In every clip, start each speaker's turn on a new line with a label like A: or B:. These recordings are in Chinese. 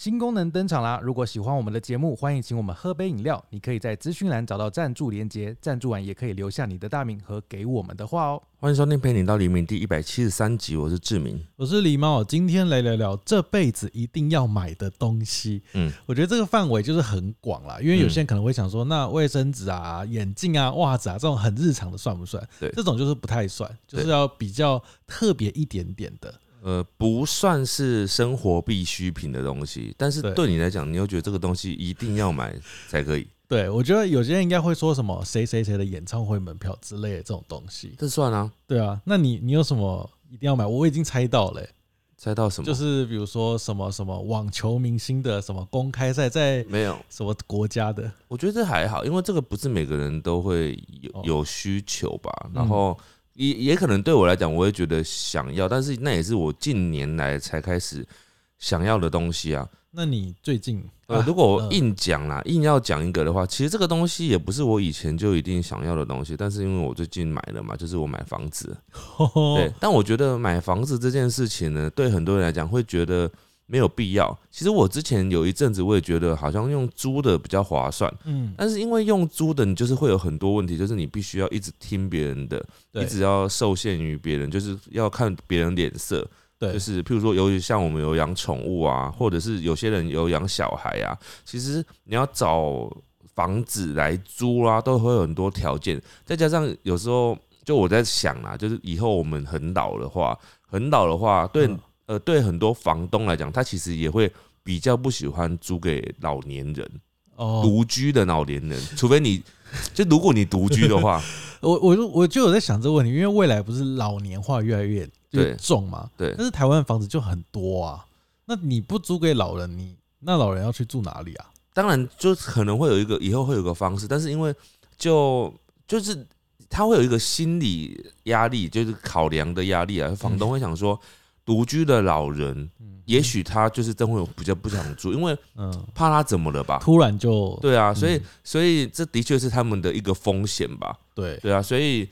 A: 新功能登场啦！如果喜欢我们的节目，欢迎请我们喝杯饮料。你可以在资讯栏找到赞助连结，赞助完也可以留下你的大名和给我们的话哦。
B: 欢迎收听陪你到黎明第173集，我是志明，
A: 我是狸猫。今天来聊聊这辈子一定要买的东西。我觉得这个范围就是很广啦，因为有些人可能会想说，那卫生纸啊、眼镜啊、袜子啊这种很日常的算不算？
B: 对，
A: 这种就是不太算，就是要比较特别一点点的。
B: 不算是生活必需品的东西，但是对你来讲，你又觉得这个东西一定要买才可以。
A: 对，我觉得有些人应该会说什么谁谁谁的演唱会门票之类的这种东西，
B: 这算啊。
A: 对啊，那你有什么一定要买？我已经猜到了
B: 猜到什么？就是
A: 比如说什么什么网球明星的什么公开赛，在
B: 没有
A: 什么国家的？
B: 我觉得这还好，因为这个不是每个人都会有需求吧。然后也可能对我来讲，我会觉得想要，但是那也是我近年来才开始想要的东西啊。
A: 那你最近
B: 如果我硬讲啦，硬要讲一个的话，其实这个东西也不是我以前就一定想要的东西，但是因为我最近买了嘛，就是我买房子。对，但我觉得买房子这件事情呢，对很多人来讲会觉得没有必要。其实我之前有一阵子我也觉得好像用租的比较划算，但是因为用租的你就是会有很多问题，就是你必须要一直听别人的，一直要受限于别人，就是要看别人脸色。就是譬如说，尤其像我们有养宠物啊，或者是有些人有养小孩啊，其实你要找房子来租啦，都会有很多条件。再加上有时候，就我在想啦，就是以后我们很老的话，对很多房东来讲，他其实也会比较不喜欢租给老年人，独居的老年人，除非如果你独居的话，
A: 我就有在想这个问题，因为未来不是老年化越来越重嘛，
B: 对，
A: 但是台湾房子就很多啊，那你不租给老人，那老人要去住哪里啊？
B: 当然，就可能会有以后会有一个方式，但是因为就是他会有一个心理压力，就是考量的压力啊，房东会想说，独居的老人，也许他就是真会比较不想住，因为怕他怎么了吧？
A: 突然就
B: 对啊，所以这的确是他们的一个风险吧？对啊，所以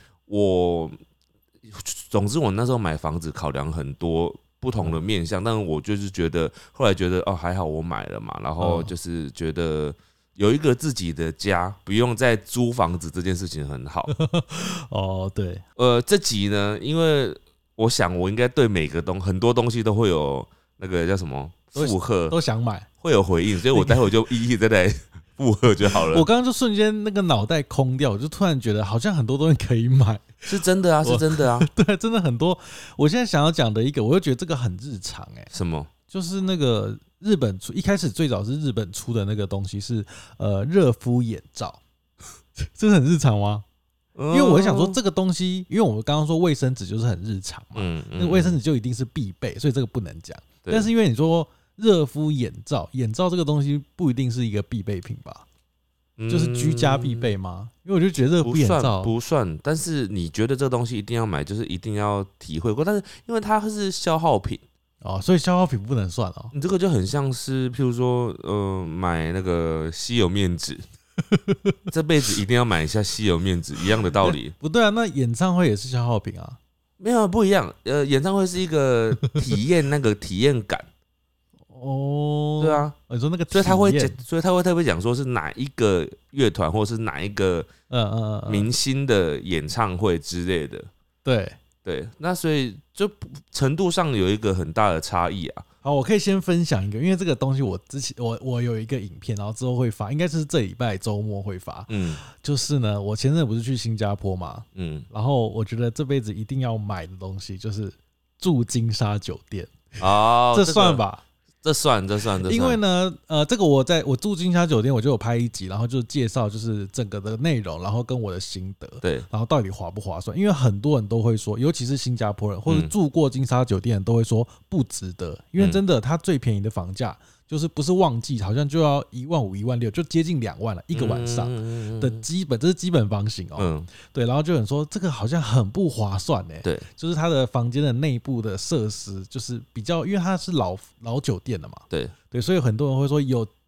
B: 总之我那时候买房子考量很多不同的面向，但我就是后来觉得还好我买了嘛，然后就是觉得有一个自己的家，不用再租房子这件事情很好。
A: 对，
B: 这集呢，因为我想我应该对很多东西都会有那个叫什么附和，
A: 都想买，
B: 会有回应，所以我待会就一一再来附和就好了。
A: 我刚刚就瞬间那个脑袋空掉，我就突然觉得好像很多东西可以买。
B: 是真的啊，是真的啊，
A: 对，真的很多。我现在想要讲的一个，我又觉得这个很日常
B: 什么？就是
A: 那个日本一开始最早是日本出的那个东西是热敷眼罩，这是很日常吗？因为我想说这个东西，因为我们刚刚说卫生纸就是很日常嘛，那卫生纸就一定是必备，所以这个不能讲。但是因为你说热敷眼罩这个东西不一定是一个必备品吧？就是居家必备吗？因为我就觉得热敷眼罩
B: 不算，但是你觉得这个东西一定要买，就是一定要体会过，但是因为它是消耗品
A: 所以消耗品不能算
B: 你这个就很像是譬如说买那个吸油面纸，这辈子一定要买一下吸油面纸一样的道理。
A: 不对啊，那演唱会也是消耗品啊？
B: 没有不一样，演唱会是一个体验，那个体验感。对啊，
A: 你说那个，
B: 所以他会特别讲说是哪一个乐团或者是哪一个明星的演唱会之类的。对，那所以就程度上有一个很大的差异啊。
A: 好，我可以先分享一个，因为这个东西我有一个影片，然后之后会发，应该是这礼拜周末会发。就是呢，我前阵不是去新加坡嘛，然后我觉得这辈子一定要买的东西就是住金沙酒店。这算吧？
B: 这算，
A: 因为呢，这个我住金沙酒店，我就有拍一集，然后就介绍就是整个的内容，然后跟我的心得，
B: 对，
A: 然后到底划不划算？因为很多人都会说，尤其是新加坡人或者住过金沙酒店都会说不值得，因为真的它最便宜的房价就是不是旺季好像就要15000、16000，就接近2万了一个晚上的基本，这是基本房型对，然后就有人说这个好像很不划算
B: 对，
A: 就是它的房间的内部的设施就是比较，因为它是老酒店了嘛，
B: 对，
A: 所以很多人会说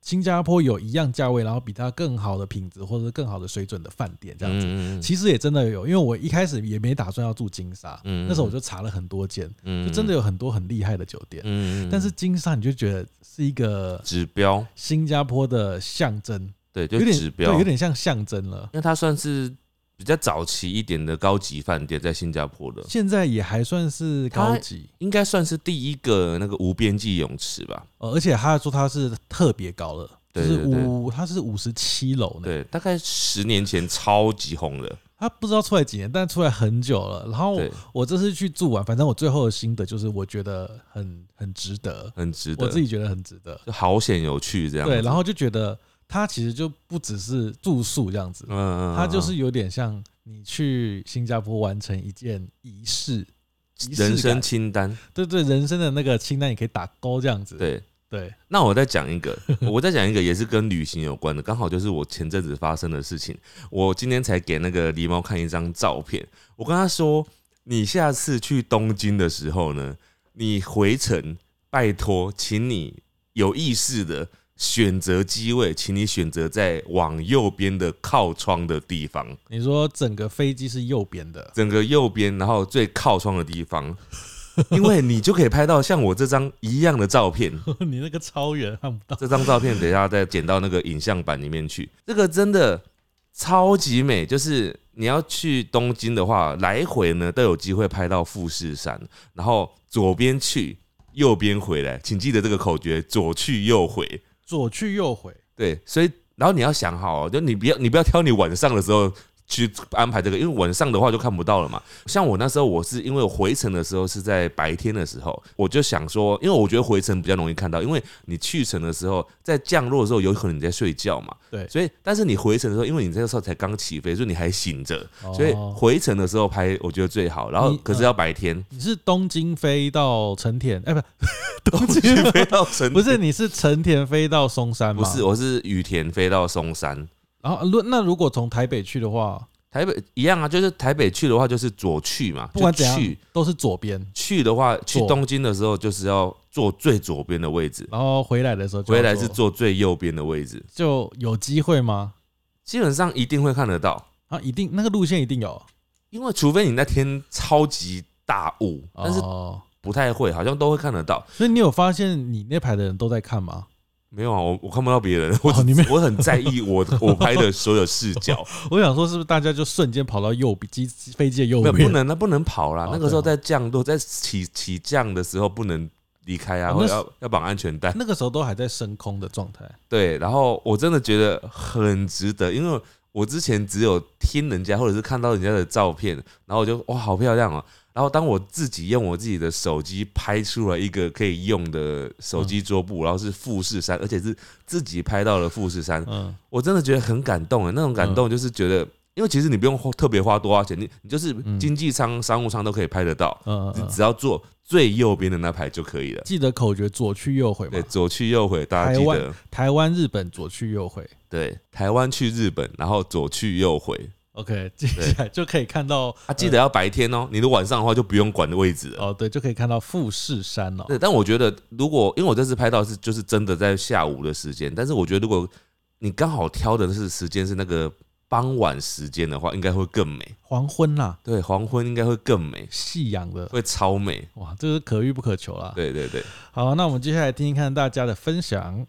A: 新加坡有一样价位，然后比它更好的品质或者更好的水准的饭店这样子。其实也真的有，因为我一开始也没打算要住金沙，那时候我就查了很多间，就真的有很多很厉害的酒店。但是金沙你就觉得是一个
B: 指标，
A: 新加坡的象征，
B: 对，就指标，
A: 对，有点像象征了。
B: 因为它算是比较早期一点的高级饭店，在新加坡的，
A: 现在也还算是高级，
B: 应该算是第一个那个无边际泳池吧。
A: 而且他说他是特别高了，就是它是57楼呢。
B: 对，大概10年前超级红的。
A: 他不知道出来几年，但出来很久了。然后我这次去住完，反正我最后的心得就是，我觉得很值得，
B: 很值得，
A: 我自己觉得很值得，
B: 就好险有趣这样子。
A: 对，然后就觉得它其实就不只是住宿这样子，它就是有点像你去新加坡完成一件仪式
B: 人生清单，
A: 对对，人生的那个清单你可以打勾这样子。对，
B: 那我再讲一个，也是跟旅行有关的，刚好就是我前阵子发生的事情。我今天才给那个狸猫看一张照片，我跟他说，你下次去东京的时候呢，你回程拜托，请你有意识的选择机位，请你选择在往右边的靠窗的地方。
A: 你说整个飞机是右边的，
B: 整个右边，然后最靠窗的地方。因为你就可以拍到像我这张一样的照片，
A: 你那个超远看不到。
B: 这张照片等一下再剪到那个影像版里面去，这个真的超级美。就是你要去东京的话，来回呢都有机会拍到富士山，然后左边去，右边回来，请记得这个口诀：左去右回，
A: 左去右回。
B: 对，所以然后你要想好，就你不要挑你晚上的时候去安排这个，因为晚上的话就看不到了嘛。像我那时候，我是因为我回程的时候是在白天的时候，我就想说，因为我觉得回程比较容易看到，因为你去程的时候，在降落的时候有可能你在睡觉嘛，
A: 对，
B: 所以但是你回程的时候，因为你这个时候才刚起飞，所以你还醒着，所以回程的时候拍我觉得最好。然后可是要白天。
A: 你是东京飞到成田，不，
B: 东京飞到成田，
A: 不是，你是成田飞到松山吗？
B: 不是，我是羽田飞到松山。
A: 然后那如果从台北去的话，
B: 台北一样啊，就是台北去的话就是左去嘛，
A: 不管怎样都是左边。
B: 去的话，去东京的时候就是要坐最左边的位置，
A: 然后回来的时候
B: 回来是坐最右边的位置。
A: 就有机会吗？
B: 基本上一定会看得到
A: 啊，一定那个路线一定有，因
B: 为除非你那天超级大雾，但是不太会，好像都会看得到。
A: 所以你有发现你那排的人都在看吗？
B: 没有啊，我看不到别人，我很在意我拍的所有视角。
A: 我想说，是不是大家就瞬间跑到飞机的右边？
B: 不能跑啦。那个时候在降落，在起降的时候不能离开啊，或者要绑安全带。
A: 那个时候都还在升空的状态。
B: 对，然后我真的觉得很值得，因为我之前只有听人家或者是看到人家的照片，然后我就哇，好漂亮哦。然后当我自己用我自己的手机拍出来一个可以用的手机桌布，然后是富士山，而且是自己拍到了富士山，我真的觉得很感动那种感动就是觉得，因为其实你不用特别花多少钱，你就是经济舱、商务舱都可以拍得到，你只要坐最右边的那排就可以了。
A: 记得口诀左去右回嘛？
B: 对，左去右回，大家记得。
A: 台湾、日本左去右回。
B: 对，台湾去日本，然后左去右回。
A: OK， 接下来就可以看到
B: 记得要白天哦。你的晚上的话就不用管位置了。
A: 对，就可以看到富士山哦。
B: 对，但我觉得因为我这次拍到就是真的在下午的时间，但是我觉得如果你刚好挑的时间是那个傍晚时间的话，应该会更美。
A: 黄昏啦，
B: 对，黄昏应该会更美，
A: 夕阳的
B: 会超美。
A: 哇，这是可遇不可求啦。
B: 对对对。
A: 好，那我们接下来听听看大家的分享。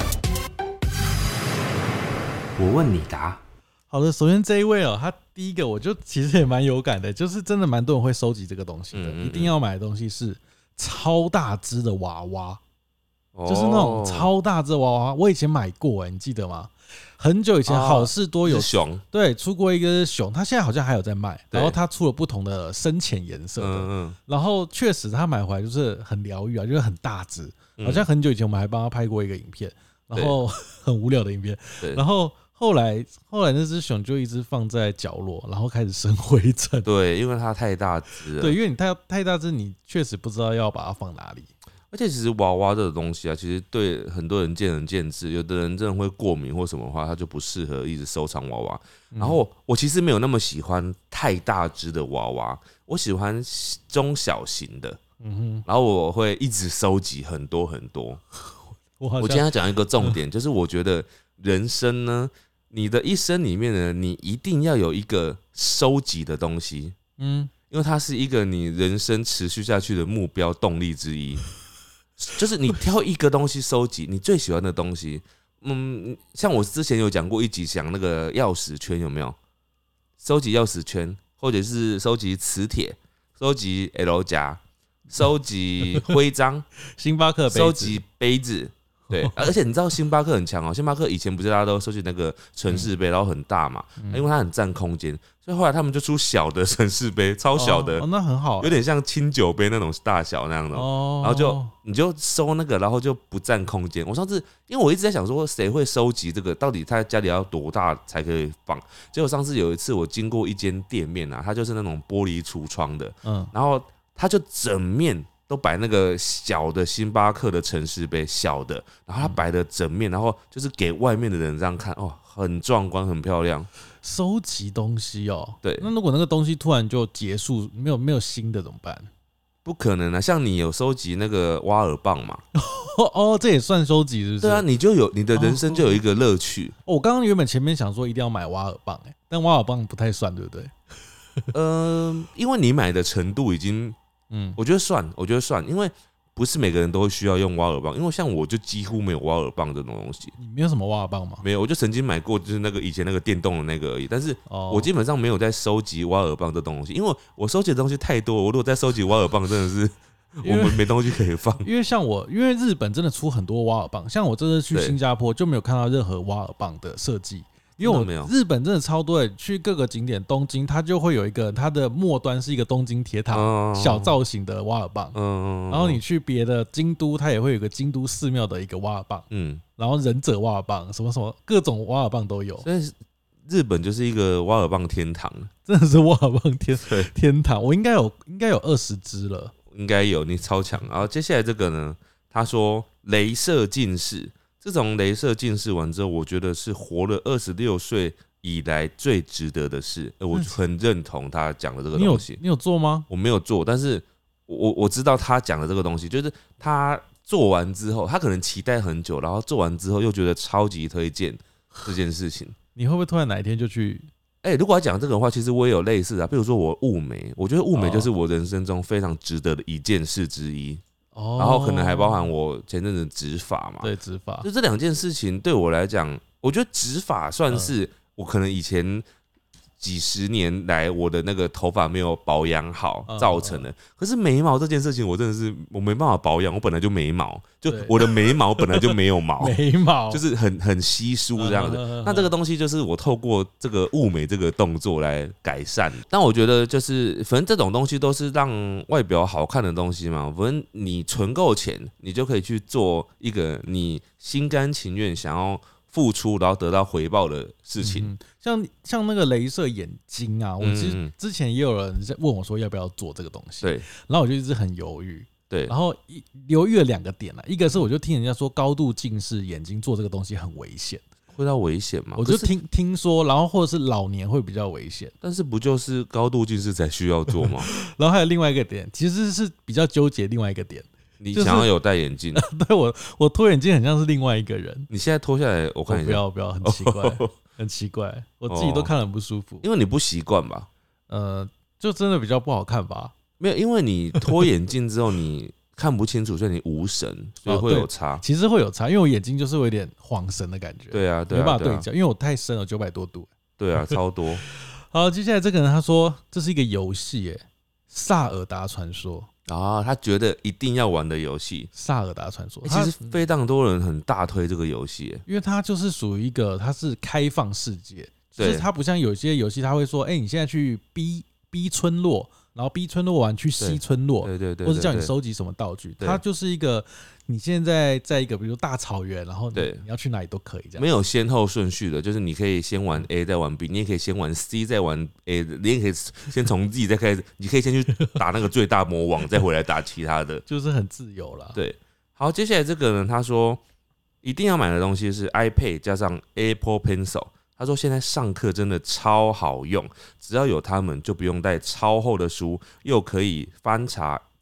B: 我问你答。
A: 好的，首先这一位他第一个我就其实也蛮有感的，就是真的蛮多人会收集这个东西的，一定要买的东西是超大只的娃娃，就是那种超大只的娃娃。我以前买过你记得吗？很久以前好事多有
B: 熊，
A: 对，出过一个熊，它现在好像还有在卖，然后它出了不同的深浅颜色的，然后确实它买回来就是很疗愈啊，就是很大只，好像很久以前我们还帮他拍过一个影片，然后很无聊的影片，然后后来那只熊就一直放在角落，然后开始生灰尘。
B: 对，因为它太大只了。
A: 对，因为你太大只，你确实不知道要把它放哪里。
B: 而且其实娃娃这个东西啊，其实对很多人见仁见智。有的人真的会过敏或什么的话，他就不适合一直收藏娃娃。然后我其实没有那么喜欢太大只的娃娃，我喜欢中小型的。然后我会一直收集很多很多。 我今天要讲一个重点，就是我觉得人生呢，你的一生里面呢，你一定要有一个收集的东西，因为它是一个你人生持续下去的目标动力之一。就是你挑一个东西收集，你最喜欢的东西。像我之前有讲过一集讲那个钥匙圈，有没有？收集钥匙圈，或者是收集磁铁，收集 L 夹，收集徽章，
A: 星巴克杯子，
B: 收集杯子。对，而且你知道星巴克很强哦，星巴克以前不是大家都收集那个城市杯，然后很大嘛，因为它很占空间，所以后来他们就出小的城市杯，超小的，
A: 那很好，
B: 有点像清酒杯那种大小那样的，然后你就收那个，然后就不占空间。我上次因为我一直在想说，谁会收集这个？到底他家里要多大才可以放？结果上次有一次我经过一间店面啊，它就是那种玻璃橱窗的，然后它就整面都摆那个小的星巴克的城市杯，小的，然后它摆的整面，然后就是给外面的人这样看，哦，很壮观，很漂亮。
A: 收集东西哦，
B: 对，
A: 那如果那个东西突然就结束，没有新的怎么办？
B: 不可能啊！像你有收集那个挖耳棒嘛？
A: 这也算收集是不是？
B: 对啊，你就有你的人生就有一个乐趣。
A: 我刚刚原本前面想说一定要买挖耳棒，但挖耳棒不太算，对不对？
B: 因为你买的程度已经，我觉得算，因为不是每个人都会需要用挖耳棒，因为像我就几乎没有挖耳棒这种东西。
A: 你没有什么挖耳棒吗？
B: 没有，我就曾经买过，就是那个以前那个电动的那个而已。但是我基本上没有在收集挖耳棒这东西，因为我收集的东西太多，我如果在收集挖耳棒，真的是我们没东西可以放。
A: 因为日本真的出很多挖耳棒，像我这次去新加坡就没有看到任何挖耳棒的设计。因为我日本真的超多的，去各个景点，东京它就会有一个，它的末端是一个东京铁塔小造型的挖耳棒，然后你去别的京都，它也会有一个京都寺庙的一个挖耳棒，然后忍者挖耳棒，什么什么各种挖耳棒都有，
B: 所以日本就是一个挖耳棒天堂，
A: 真的是挖耳棒天堂，我应该有20支了，
B: 应该有，你超强。然后接下来这个呢，他说雷射近视。这种雷射近视完之后，我觉得是活了26岁以来最值得的事。我很认同他讲的这个东西。
A: 你有做吗？
B: 我没有做，但是我知道他讲的这个东西，就是他做完之后，他可能期待很久，然后做完之后又觉得超级推荐这件事情。
A: 你会不会突然哪一天就去？
B: 如果要讲这个的话，其实我也有类似的，比如说我雾眉，我觉得雾眉就是我人生中非常值得的一件事之一。然后可能还包含我前阵子植发嘛，
A: 对，植发，
B: 就这2件事情对我来讲，我觉得植发算是我可能以前几十年来我的那个头发没有保养好造成的。可是眉毛这件事情，我真的是我没办法保养，我本来就没毛，就我的眉毛本来就没有毛，
A: 眉毛
B: 就是很稀疏这样子。那这个东西就是我透过这个雾眉这个动作来改善。但我觉得就是反正这种东西都是让外表好看的东西嘛，反正你存够钱，你就可以去做一个你心甘情愿想要付出然后得到回报的事情。
A: 像那个雷射眼睛啊，我之前也有人问我说要不要做这个东西，
B: 对，
A: 然后我就一直很犹豫，
B: 对，
A: 然后犹豫了2个点啦，一个是我就听人家说高度近视眼睛做这个东西很危险，
B: 会到危险吗？
A: 我就听说，然后或者是老年会比较危险，
B: 但是不就是高度近视才需要做吗？
A: 然后还有另外一个点，其实是比较纠结另外一个点。
B: 你想要有戴眼镜？
A: 对，我脱眼镜很像是另外一个人。
B: 你现在脱下来，我看一下。
A: 不要，很奇怪，很奇怪，我自己都看得很不舒服。
B: 因为你不习惯吧？
A: 就真的比较不好看吧？
B: 没有，因为你脱眼镜之后你看不清楚，所以你无神，所以会有差。
A: 其实会有差，因为我眼睛就是有点晃神的感觉。
B: 对啊，
A: 没办法对焦，因为我太深了，900多度。
B: 对啊，超多。
A: 好，接下来这个人他说这是一个游戏，萨尔达传说。
B: 他觉得一定要玩的游戏《
A: 萨尔达传说》
B: 其实非常多人很大推这个游戏，
A: 因为它就是属于一个它是开放世界，就是它不像有些游戏，它会说，你现在去 B 村落，然后 B 村落完去 C 村落，
B: 对，
A: 或是叫你收集什么道具，它就是一个你现在在一个比如大草原，然后你要去哪里都可以这样，
B: 没有先后顺序的，就是你可以先玩 A 再玩 B， 你也可以先玩 C 再玩 A， 你也可以先从 Z 再开始，你可以先去打那个最大魔王，再回来打其他的，
A: 就是很自由啦。
B: 对，好，接下来这个呢，他说一定要买的东西是 iPad 加上 Apple Pencil。他说现在上课真的超好用，只要有它们就不用带超厚的书，又可以翻查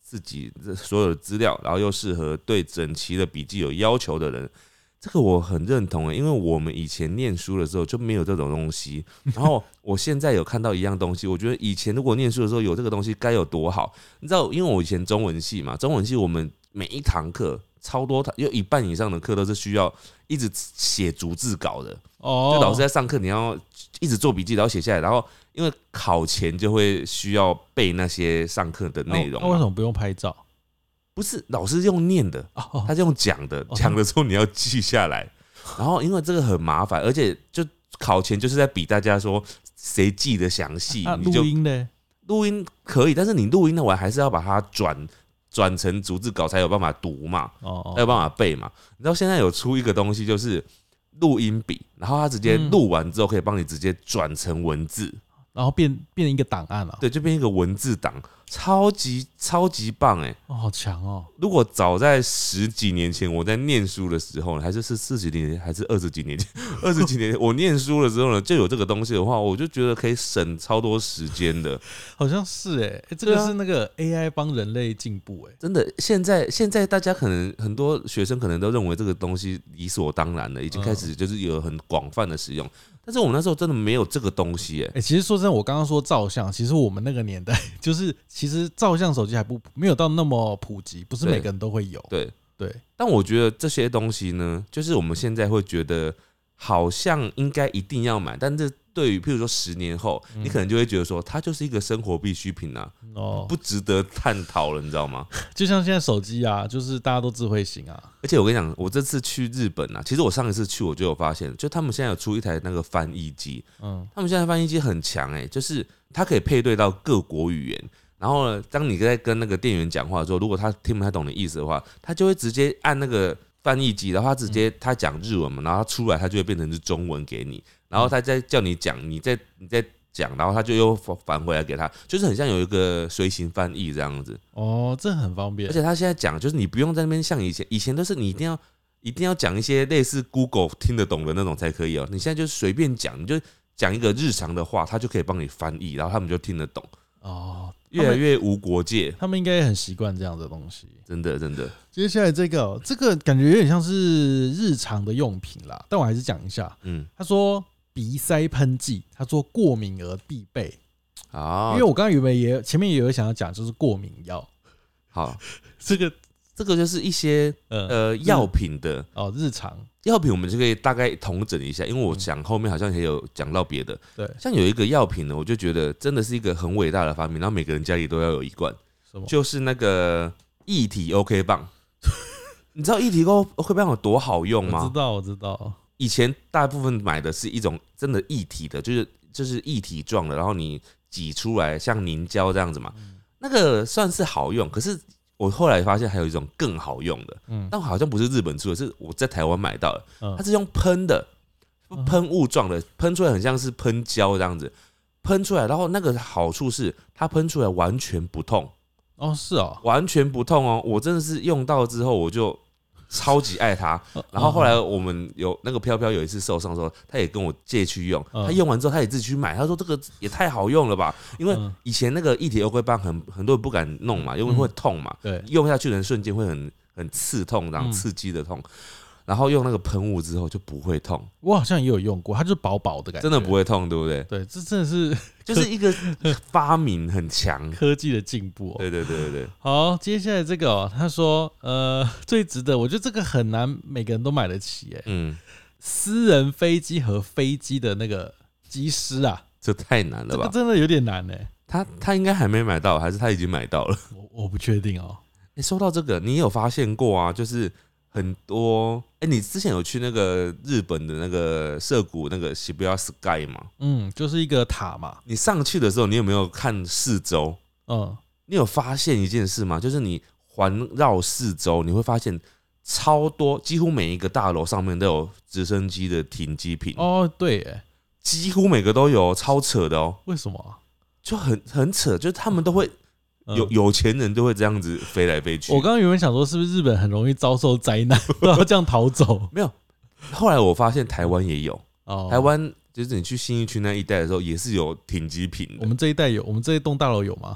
B: 自己所有的资料，然后又适合对整齐的笔记有要求的人。这个我很认同因为我们以前念书的时候就没有这种东西，然后我现在有看到一样东西，我觉得以前如果念书的时候有这个东西该有多好。你知道，因为我以前中文系嘛，中文系我们每一堂课超多堂，有一半以上的课都是需要一直写逐字稿的。就老师在上课，你要一直做笔记，然后写下来，然后因为考前就会需要背那些上课的内容。
A: 那为什么不用拍照？
B: 不是老师用念的，他是用讲的，讲的时候你要记下来。然后因为这个很麻烦，而且就考前就是在比大家说谁记得详细。
A: 录音呢？
B: 录音可以，但是你录音的完还是要把它转成逐字稿才有办法读嘛，才有办法背嘛。你知道现在有出一个东西就是录音笔，然后它直接录完之后可以帮你直接转成文字。
A: 然后变一个档案了，
B: 对，就变一个文字档，超级棒
A: 好强哦！
B: 如果早在10几年前我在念书的时候，还是40几年前，还是20几年前，20几年前我念书的时候呢，就有这个东西的话，我就觉得可以省超多时间的。
A: 好像是这个是那个 AI 帮人类进步
B: 真的，现在大家可能很多学生可能都认为这个东西理所当然了，已经开始就是有很广泛的使用。但是我们那时候真的没有这个东西
A: 其实说真的，我刚刚说照相，其实我们那个年代就是其实照相手机还没有到那么普及，不是每个人都会有。
B: 对。
A: 但
B: 我觉得这些东西呢，就是我们现在会觉得好像应该一定要买，但是对于譬如说10年后，你可能就会觉得说它就是一个生活必需品啊，不值得探讨了，你知道吗？
A: 就像现在手机啊，就是大家都智慧型啊。
B: 而且我跟你讲，我这次去日本啊，其实我上一次去我就有发现，就他们现在有出一台那个翻译机，他们现在翻译机很强就是它可以配对到各国语言。然后呢，当你在跟那个店员讲话的时候，如果他听不太懂你意思的话，他就会直接按那个翻译机，然后他直接他讲日文嘛，然后他出来他就会变成是中文给你，然后他再叫你讲，你再讲，然后他就又返回来给他，就是很像有一个随行翻译这样子。
A: 这很方便。
B: 而且他现在讲，就是你不用在那边像以前都是你一定要讲一些类似 Google 听得懂的那种才可以你现在就随便讲，你就讲一个日常的话，他就可以帮你翻译，然后他们就听得懂。越来越无国界，
A: 他们应该也很习惯这样的东西，
B: 真的。
A: 接下来这个感觉有点像是日常的用品啦，但我还是讲一下。他说鼻塞喷剂，他说过敏儿必备。因为我刚刚原本前面也有想要讲，就是过敏药。
B: 好，
A: 这
B: 个就是一些药品的
A: 日常
B: 药品，我们就可以大概统整一下，因为我想后面好像也有讲到别的。
A: 对，
B: 像有一个药品呢，我就觉得真的是一个很伟大的发明，然后每个人家里都要有一罐，就是那个液体 OK 棒。你知道液体 OK 棒有多好用吗？
A: 我知道。
B: 以前大部分买的是一种真的液体的，就是液体状的，然后你挤出来像凝胶这样子嘛，那个算是好用。可是我后来发现还有一种更好用的，但好像不是日本出的，是我在台湾买到的，它是用喷的，喷雾状的，喷出来很像是喷胶这样子，喷出来，然后那个好处是它喷出来完全不痛。
A: 是
B: 完全不痛我真的是用到之后我就超级爱它。然后后来我们有那个飘飘有一次受伤的时候，他也跟我借去用，他用完之后他也自己去买，他说这个也太好用了吧，因为以前那个液体 OK 棒很多人不敢弄嘛，因为会痛嘛，用下去的瞬间会很刺痛，这样刺激的痛。然后用那个喷雾之后就不会痛。
A: 我好像也有用过，它就是薄薄的感觉，
B: 真的不会痛，对不对？
A: 对，这真的是
B: 就是一个发明很强，
A: 科技的进步。
B: 对。
A: 好，接下来这个他说最值得，我觉得这个很难每个人都买得起私人飞机和飞机的那个机师啊，
B: 这太难了吧？
A: 这个真的有点难
B: 他应该还没买到，还是他已经买到了？
A: 我不确定
B: 说到这个，你有发现过啊？就是很多你之前有去那个日本的那个涩谷那个 Shibuya Sky 吗？
A: 就是一个塔嘛。
B: 你上去的时候，你有没有看四周？你有发现一件事吗？就是你环绕四周，你会发现超多，几乎每一个大楼上面都有直升机的停机坪。
A: 对
B: 几乎每个都有，超扯的
A: 为什么
B: 就很扯，就是他们都会。有钱人都会这样子飞来飞去。
A: 我刚刚原本想说，是不是日本很容易遭受灾难，都要这样逃走？
B: 没有，后来我发现台湾也有。台湾就是你去信义区那一带的时候，也是有停机坪的。
A: 我们这一带有，我们这一栋大楼有吗？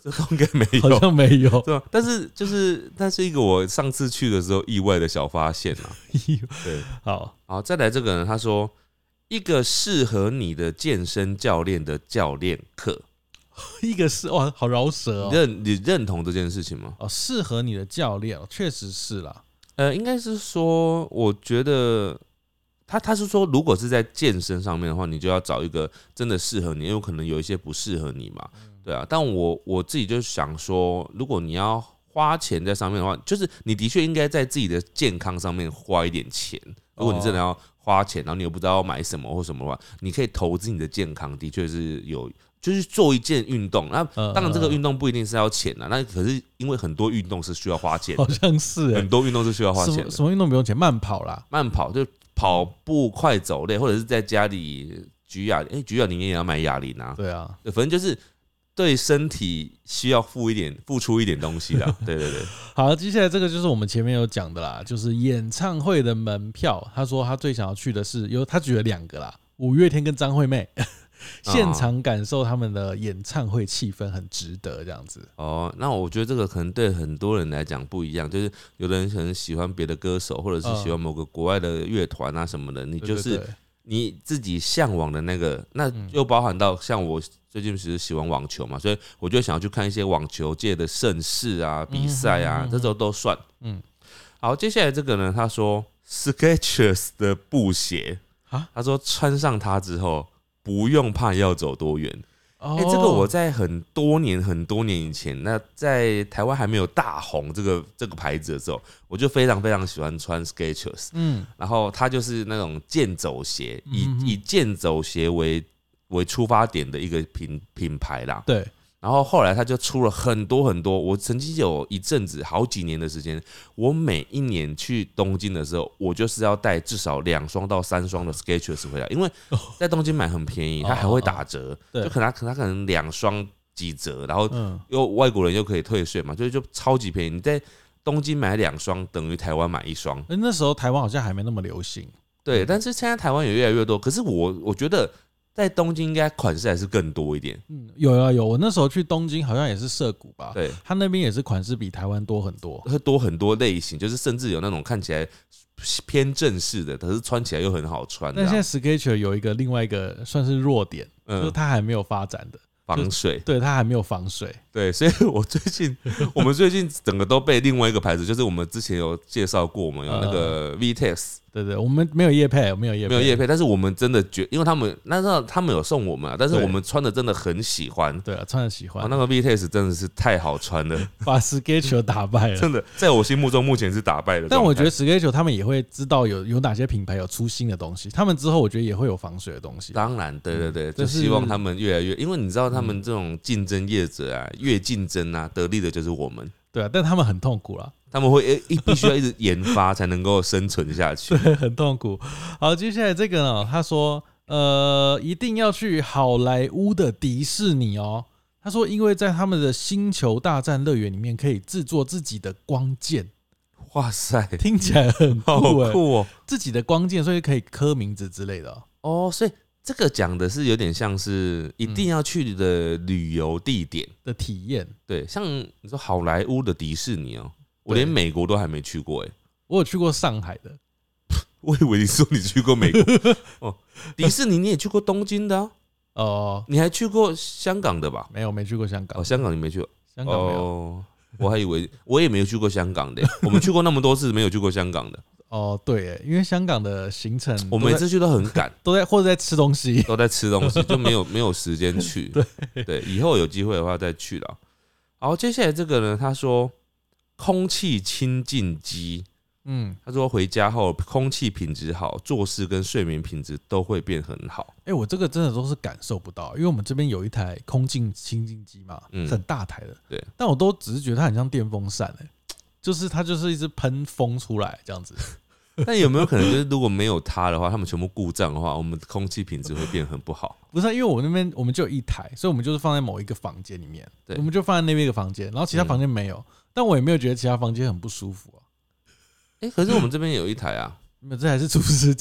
B: 这都应该没有，
A: 好像没有。
B: 对吧？但是一个我上次去的时候意外的小发现啊。对，好，再来这个呢，他说一个适合你的健身教练的教练课。
A: 一个是哇，好饶舌哦。
B: 你认同这件事情吗？
A: 哦，适合你的教练，确实是啦。
B: 应该是说，我觉得他是说，如果是在健身上面的话，你就要找一个真的适合你，因为可能有一些不适合你嘛，对啊。但我自己就想说，如果你要花钱在上面的话，就是你的确应该在自己的健康上面花一点钱。如果你真的要花钱，然后你又不知道要买什么或什么的话，你可以投资你的健康，的确是有。就是做一件运动，那当然这个运动不一定是要钱的，那可是因为很多运动是需要花钱的，
A: 好像是
B: 很多运动是需要花钱的。
A: 什么运动不用钱？慢跑啦，
B: 慢跑就跑步、快走类，或者是在家里举哑铃，举哑铃也要买哑铃啊。
A: 对啊，
B: 反正就是对身体需要付出一点东西啦。对对对。
A: 好，接下来这个就是我们前面有讲的啦，就是演唱会的门票。他说他最想要去的是他举了2个啦，五月天跟张惠妹。现场感受他们的演唱会气氛很值得这样子。
B: 哦，那我觉得这个可能对很多人来讲不一样，就是有的人可能喜欢别的歌手，或者是喜欢某个国外的乐团啊什么的，你就是你自己向往的那个，那又包含到像我最近其实喜欢网球嘛，所以我就想要去看一些网球界的盛事啊、比赛啊，这种都算。好，接下来这个呢，他说 Skechers 的布鞋，他说穿上它之后。不用怕要走多远。这个我在很多年以前，那在台湾还没有大红这个牌子的时候，我就非常非常喜欢穿 Skechers。然后它就是那种健走鞋，以健走鞋为出发点的一个品牌啦。
A: 对。
B: 然后后来他就出了很多很多，我曾经有一阵子好几年的时间，我每一年去东京的时候，我就是要带至少2双到3双的 Skechers 回来，因为在东京买很便宜，它还会打折，就他可能2双几折，然后又外国人又可以退税嘛，所以就超级便宜。你在东京买2双等于台湾买1双。
A: 那时候台湾好像还没那么流行，
B: 对，但是现在台湾也越来越多。可是我觉得。在东京应该款式还是更多一点。
A: 有啊有，我那时候去东京好像也是涩谷吧，
B: 对，
A: 他那边也是款式比台湾多很多，
B: 会多很多类型，就是甚至有那种看起来偏正式的，可是穿起来又很好穿。
A: 但现在 Skechers 有另外一个算是弱点，就是它还没有发展的
B: 防水，
A: 对，它还没有防水。
B: 对，所以我们最近整个都被另外一个牌子，就是我们之前有介绍过，我们有那个 VTEX。
A: 对，我们没有业配，没有业配，
B: 但是我们真的因为他们那时候他们有送我们啊，但是我们穿的真的很喜欢。
A: 对啊，穿的喜欢。
B: 那个 VTEX 真的是太好穿了，
A: 把 Skechers 打败了。
B: 真的，在我心目中目前是打败了。
A: 但我觉得 Skechers 他们也会知道有哪些品牌有出新的东西，他们之后我觉得也会有防水的东西。
B: 当然，对，就希望他们越来越，因为你知道他们这种竞争业者啊，越竞争啊，得利的就是我们。
A: 对啊，但他们很痛苦啦。
B: 他们会必须要一直研发才能够生存下去，
A: 对，很痛苦。好，接下来这个呢，他说，一定要去好莱坞的迪士尼哦。他说，因为在他们的星球大战乐园里面可以制作自己的光剑。
B: 哇塞，
A: 听起来很酷
B: 好酷哦！
A: 自己的光剑，所以可以刻名字之类的
B: 哦。所以这个讲的是有点像是一定要去的旅游地点
A: 的体验。
B: 对，像你说好莱坞的迪士尼哦。我连美国都还没去过
A: 我有去过上海的。
B: 我以为你说你去过美国哦，迪士尼你也去过东京的你还去过香港的吧？
A: 没去过香港。
B: 香港你没去过？
A: 香港没有。
B: 我还以为我也没有去过香港的。我们去过那么多次，没有去过香港的。
A: 对，因为香港的行程
B: 我每次去都很赶，
A: 或者在吃东西，
B: 就没有时间去。对，以后有机会的话再去了。好，接下来这个呢，他说。空气清净机，他说回家后空气品质好，做事跟睡眠品质都会变很好。
A: 我这个真的都是感受不到，因为我们这边有一台空气清净机嘛，很大台的，
B: 对，
A: 但我都只是觉得它很像电风扇就是它就是一直喷风出来这样子。
B: 但有没有可能就是如果没有它的话，他们全部故障的话，我们的空气品质会变很不好？
A: 不是，因为我那边我们就有一台，所以我们就是放在某一个房间里面，我们就放在那边一个房间，然后其他房间没有。但我也没有觉得其他房间很不舒服
B: 可是我们这边有一台啊，
A: 这还是除湿机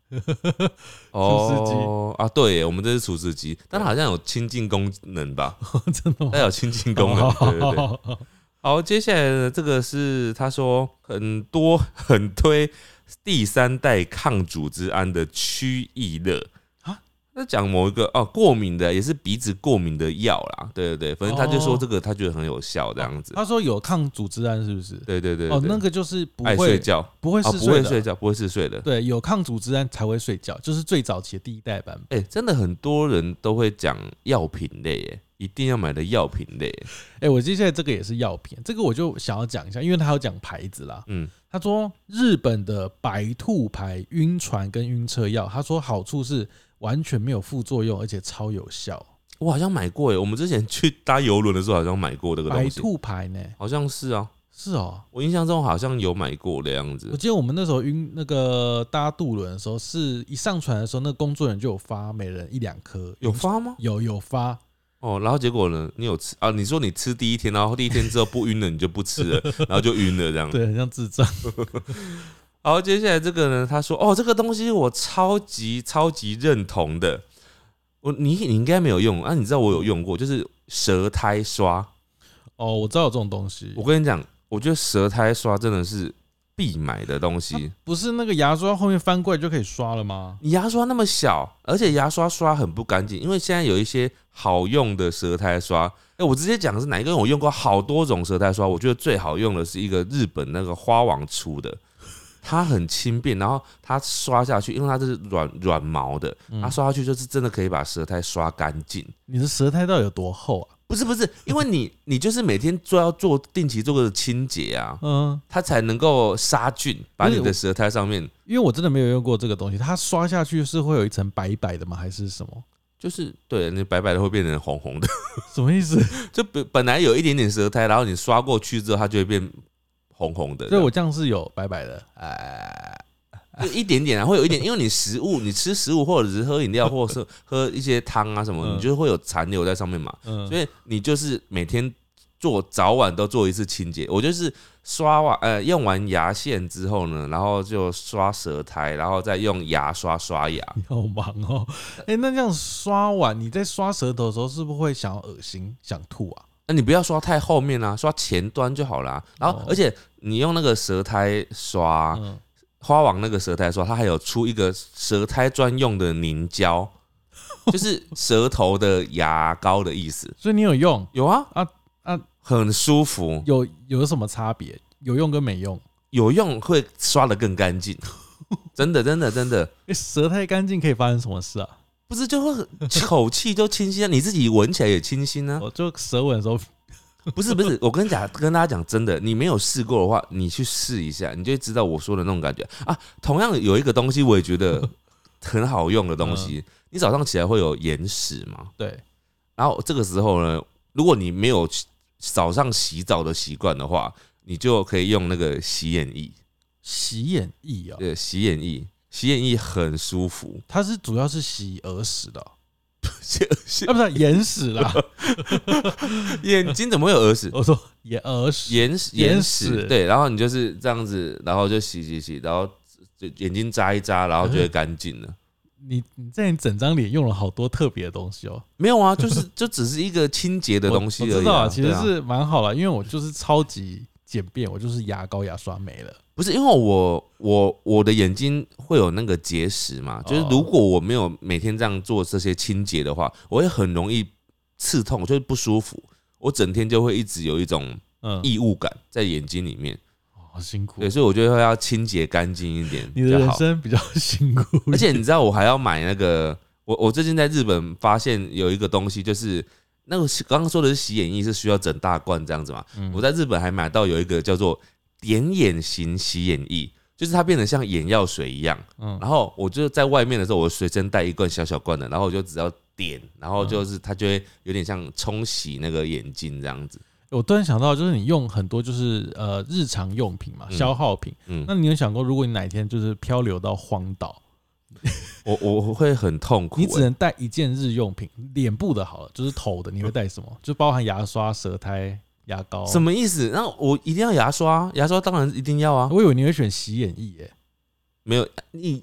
B: 哦啊，对耶，我们这是除湿机，但它好像有清净功能吧？
A: 真的吗？
B: 它有清净功能，对对对。好，接下来的这个是他说很推第3代抗组织胺的曲益乐啊，那讲某一个过敏的，也是鼻子过敏的药啦，对对对，反正他就说这个他觉得很有效这样子。
A: 他说有抗组织胺是不是？
B: 对对对，
A: 那个就是
B: 爱睡觉，
A: 不会嗜睡的，
B: 不会嗜睡的。
A: 对，有抗组织胺才会睡觉，就是最早期的第1代版本。
B: 真的很多人都会讲药品类耶。一定要买的药品类，
A: 我接下来这个也是药品，这个我就想要讲一下，因为他有讲牌子啦。他说日本的白兔牌晕船跟晕车药，他说好处是完全没有副作用，而且超有效。
B: 我好像买过耶，我们之前去搭邮轮的时候好像买过这个东西。
A: 白兔牌呢？好
B: 像是啊。
A: 是哦，
B: 我印象中好像有买过的样子。
A: 我记得我们那时候那个搭渡轮的时候，是一上船的时候，那个工作人员就有发每人1-2颗。
B: 有发吗？
A: 有发。
B: 然后结果呢？你有吃啊？你说你吃第1天，然后第1天之后不晕了，你就不吃了，然后就晕了这样。
A: 对，很像智障。
B: 好，接下来这个呢？他说这个东西我超级认同的。你应该没有用啊？你知道我有用过，就是舌苔刷。
A: 我知道有这种东西。
B: 我跟你讲，我觉得舌苔刷真的是必买的东西。
A: 不是那个牙刷后面翻过来就可以刷了吗？
B: 你牙刷那么小，而且牙刷刷很不干净，因为现在有一些好用的舌苔刷。我直接讲的是哪一个？我用过好多种舌苔刷，我觉得最好用的是一个日本那个花王出的，它很轻便，然后它刷下去，因为它是软毛的，它刷下去就是真的可以把舌苔刷干净。
A: 你的舌苔到底有多厚啊？
B: 不是，因为你就是每天要定期做个清洁啊，它才能够杀菌，把你的舌苔上面。
A: 因为我真的没有用过这个东西，它刷下去是会有一层白白的吗？还是什么？
B: 就是对，你白白的会变成红红的，
A: 什么意思？
B: 就本来有一点点舌苔，然后你刷过去之后，它就会变红红的。
A: 所以我这样是有白白的，
B: 就一点点啊，会有一点，因为你吃食物或者是喝饮料，或者是喝一些汤啊什么，你就会有残留在上面嘛。所以你就是每天早晚都做一次清洁。我就是用完牙线之后呢，然后就刷舌苔，然后再用牙刷刷牙。
A: 你好忙哦。那这样刷完，你在刷舌头的时候，是不是会想要恶心、想吐啊？
B: 那你不要刷太后面啊，刷前端就好啦。然后，而且你用那个舌苔刷。花王那个舌苔刷，它还有出一个舌苔专用的凝胶，就是舌头的牙膏的意思。
A: 所以你有用？
B: 有啊，很舒服。
A: 有什么差别？有用跟没用？
B: 有用会刷得更干净，真的。
A: 舌苔干净可以发生什么事啊？
B: 不是，就会口气就清新啊，你自己闻起来也清新啊。
A: 我就舌吻的时候。
B: 不是，我跟大家讲真的，你没有试过的话，你去试一下，你就会知道我说的那种感觉啊。同样有一个东西，我也觉得很好用的东西，你早上起来会有眼屎嘛？
A: 对。
B: 然后这个时候呢，如果你没有早上洗澡的习惯的话，你就可以用那个洗眼液。
A: 洗眼液啊？
B: 对，洗眼液很舒服。
A: 它主要是洗耳屎的。不是眼屎啦，
B: 眼睛怎么会有耳屎？
A: 我说眼屎，
B: 对，然后你就是这样子，然后就洗，然后就眼睛眨一眨，然后就会干净了。
A: 你在你整张脸用了好多特别的东西哦。
B: 没有啊，就只是一个清洁的东西而已。
A: 我知道啊，其实是蛮好的，因为我就是超级简便，我就是牙膏牙刷没了。
B: 不是因为我的眼睛会有那个结石嘛，就是如果我没有每天这样做这些清洁的话，我会很容易刺痛，就是不舒服，我整天就会一直有一种异物感在眼睛里面。
A: 好辛苦。
B: 对，所以我觉得要清洁干净一点比较好。
A: 你的人生比较辛苦，
B: 而且你知道我还要买那个，我最近在日本发现有一个东西，就是那个刚刚说的是洗眼液是需要整大罐这样子嘛，我在日本还买到有一个叫做点眼型洗眼液，就是它变得像眼药水一样。然后我就在外面的时候，我随身带一罐小小罐的，然后我就只要点，然后就是它就会有点像冲洗那个眼睛这样子。
A: 我突然想到，就是你用很多就是日常用品嘛，消耗品。那你有想过，如果你哪一天就是漂流到荒岛，
B: 我会很痛苦。
A: 你只能带一件日用品，脸部的好了，就是头的，你会带什么？就包含牙刷、舌苔。牙膏
B: 什么意思？那我一定要牙刷，牙刷当然一定要啊。
A: 我以为你会选洗眼液耶。
B: 没有，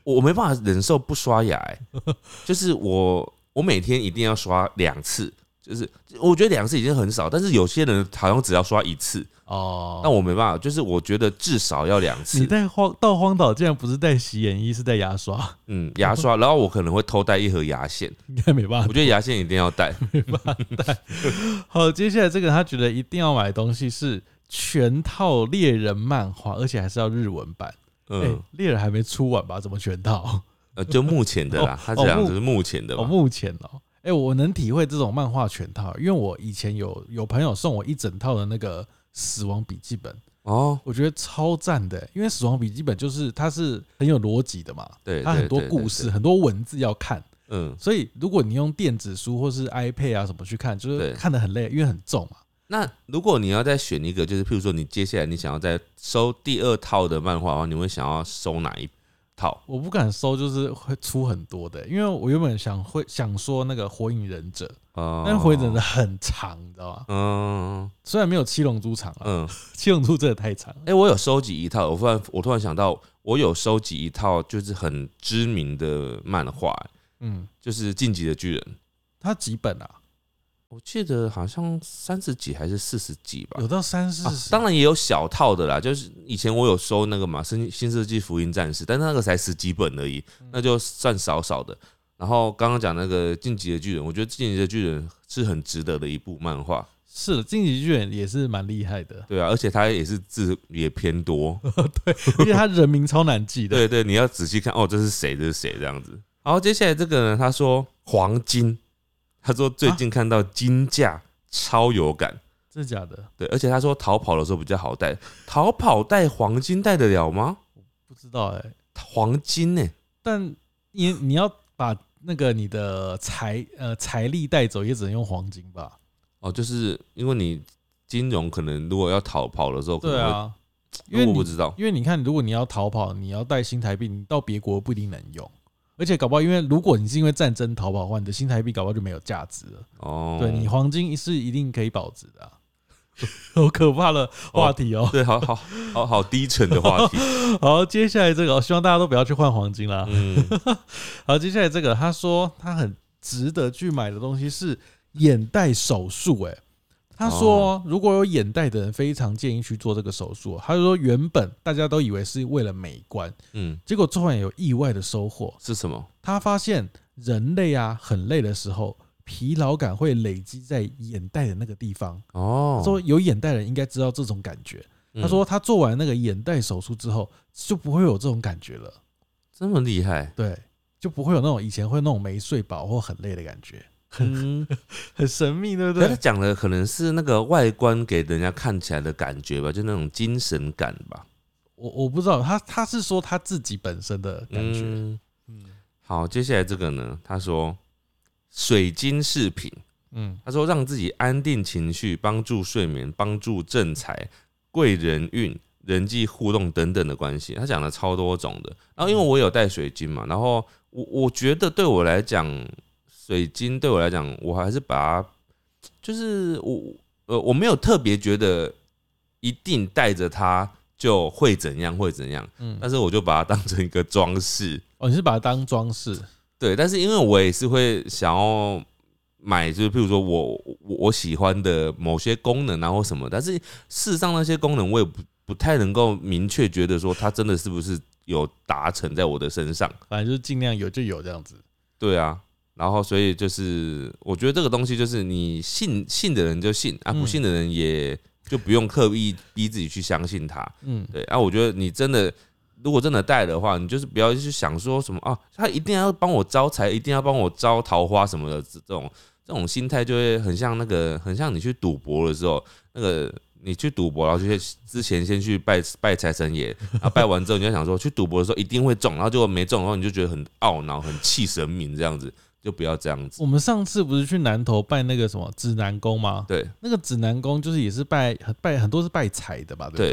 B: 我没办法忍受不刷牙、就是我每天一定要刷2次，就是我觉得2次已经很少，但是有些人好像只要刷1次哦，但我没办法，就是我觉得至少要2次。
A: 你到荒岛竟然不是带洗眼液，是带牙刷？
B: 牙刷，然后我可能会偷带1盒牙线，
A: 应该没办法。
B: 我觉得牙线一定要带，
A: 没办法带。好，接下来这个他觉得一定要买的东西是全套猎人漫画，而且还是要日文版。猎人还没出完吧？怎么全套？
B: 就目前的啦，他这样子是目前的吧？
A: 目前我能体会这种漫画全套，因为我以前有朋友送我一整套的那个死亡笔记本我觉得超赞的，因为死亡笔记本就是它是很有逻辑的嘛，对，它很多故事，很多文字要看，所以如果你用电子书或是 iPad 啊什么去看，就是看得很累，因为很重嘛。
B: 那如果你要再选一个，就是譬如说你接下来你想要再收第2套的漫画的话，你会想要收哪一套？
A: 我不敢收，就是会出很多的，因为我原本想说那个火影忍者，但是火影忍者很长，你知道吗？虽然没有七龙珠长七龙珠真的太长了。
B: 我有收集一套，我突然想到，我有收集一套就是很知名的漫画，就是《进击的巨人》。
A: 它几本啊？
B: 我记得好像30几还是40几吧，
A: 有到30、
B: 当然也有小套的啦，就是以前我有收那个嘛《新世纪福音战士》，但是那个才10几本而已，那就算少少的。然后刚刚讲那个《进击的巨人》，我觉得《进击的巨人》是很值得的一部漫画。
A: 是的，《进击的巨人》也是蛮厉害的。
B: 对啊，而且他也是字也偏多，
A: 对，而且他人名超难记的。
B: 对，你要仔细看这是谁，这是谁这样子。然后接下来这个呢，他说黄金。他说最近看到金价超有感，
A: 真的假的？
B: 对，而且他说逃跑的时候比较好带，逃跑带黄金带得了吗？
A: 我不知道
B: 黄金
A: 但你要把那个你的财力带走，也只能用黄金吧？
B: 就是因为你金融可能如果要逃跑的时候，
A: 对啊，
B: 因为我不知道，
A: 因为你看，如果你要逃跑，你要带新台币，你到别国不一定能用。而且搞不好，因为如果你是因为战争逃跑的话，你的新台币搞不好就没有价值了。对，你黄金是一定可以保值的好可怕的话题
B: 对，好低沉的话题。
A: 好，接下来这个，希望大家都不要去换黄金啦。好，接下来这个，他说他很值得去买的东西是眼袋手术。他说，如果有眼袋的人，非常建议去做这个手术。他就说，原本大家都以为是为了美观，结果做完有意外的收获。
B: 是什么？
A: 他发现人类很累的时候，疲劳感会累积在眼袋的那个地方。他说有眼袋的人应该知道这种感觉。他说他做完那个眼袋手术之后，就不会有这种感觉了。
B: 这么厉害？
A: 对，就不会有那种以前会那种没睡饱或很累的感觉。很神秘，对不对？
B: 他讲的可能是那个外观给人家看起来的感觉吧，就那种精神感吧。
A: 我不知道，他是说他自己本身的感觉。
B: 好，接下来这个呢，他说水晶饰品，他说让自己安定情绪，帮助睡眠，帮助正财、贵人运、人际互动等等的关系。他讲了超多种的。然后因为我有带水晶嘛，然后我觉得对我来讲。水晶对我来讲，我还是把它，就是我没有特别觉得一定带着它就会怎样，但是我就把它当成一个装饰。
A: 你是把它当装饰？对，
B: 但是因为我也是会想要买，就是譬如说我喜欢的某些功能或什么，但是事实上那些功能我也不太能够明确觉得说它真的是不是有达成在我的身上，
A: 反正就是尽量有就有这样子。
B: 对啊。然后，所以就是我觉得这个东西就是你信的人就信不信的人也就不用刻意逼自己去相信它。对我觉得你真的如果真的带的话，你就是不要去想说什么他一定要帮我招财，一定要帮我招桃花什么的，这种心态就会很像你去赌博的时候，那个你去赌博，然后之前先去拜财神爷，然后拜完之后你就想说去赌博的时候一定会中，然后结果没中，然后你就觉得很懊恼，很气神明这样子。就不要这样子。
A: 我们上次不是去南投拜那个什么指南宫吗？
B: 对，
A: 那个指南宫就是也是拜很多是拜财的吧，对不对？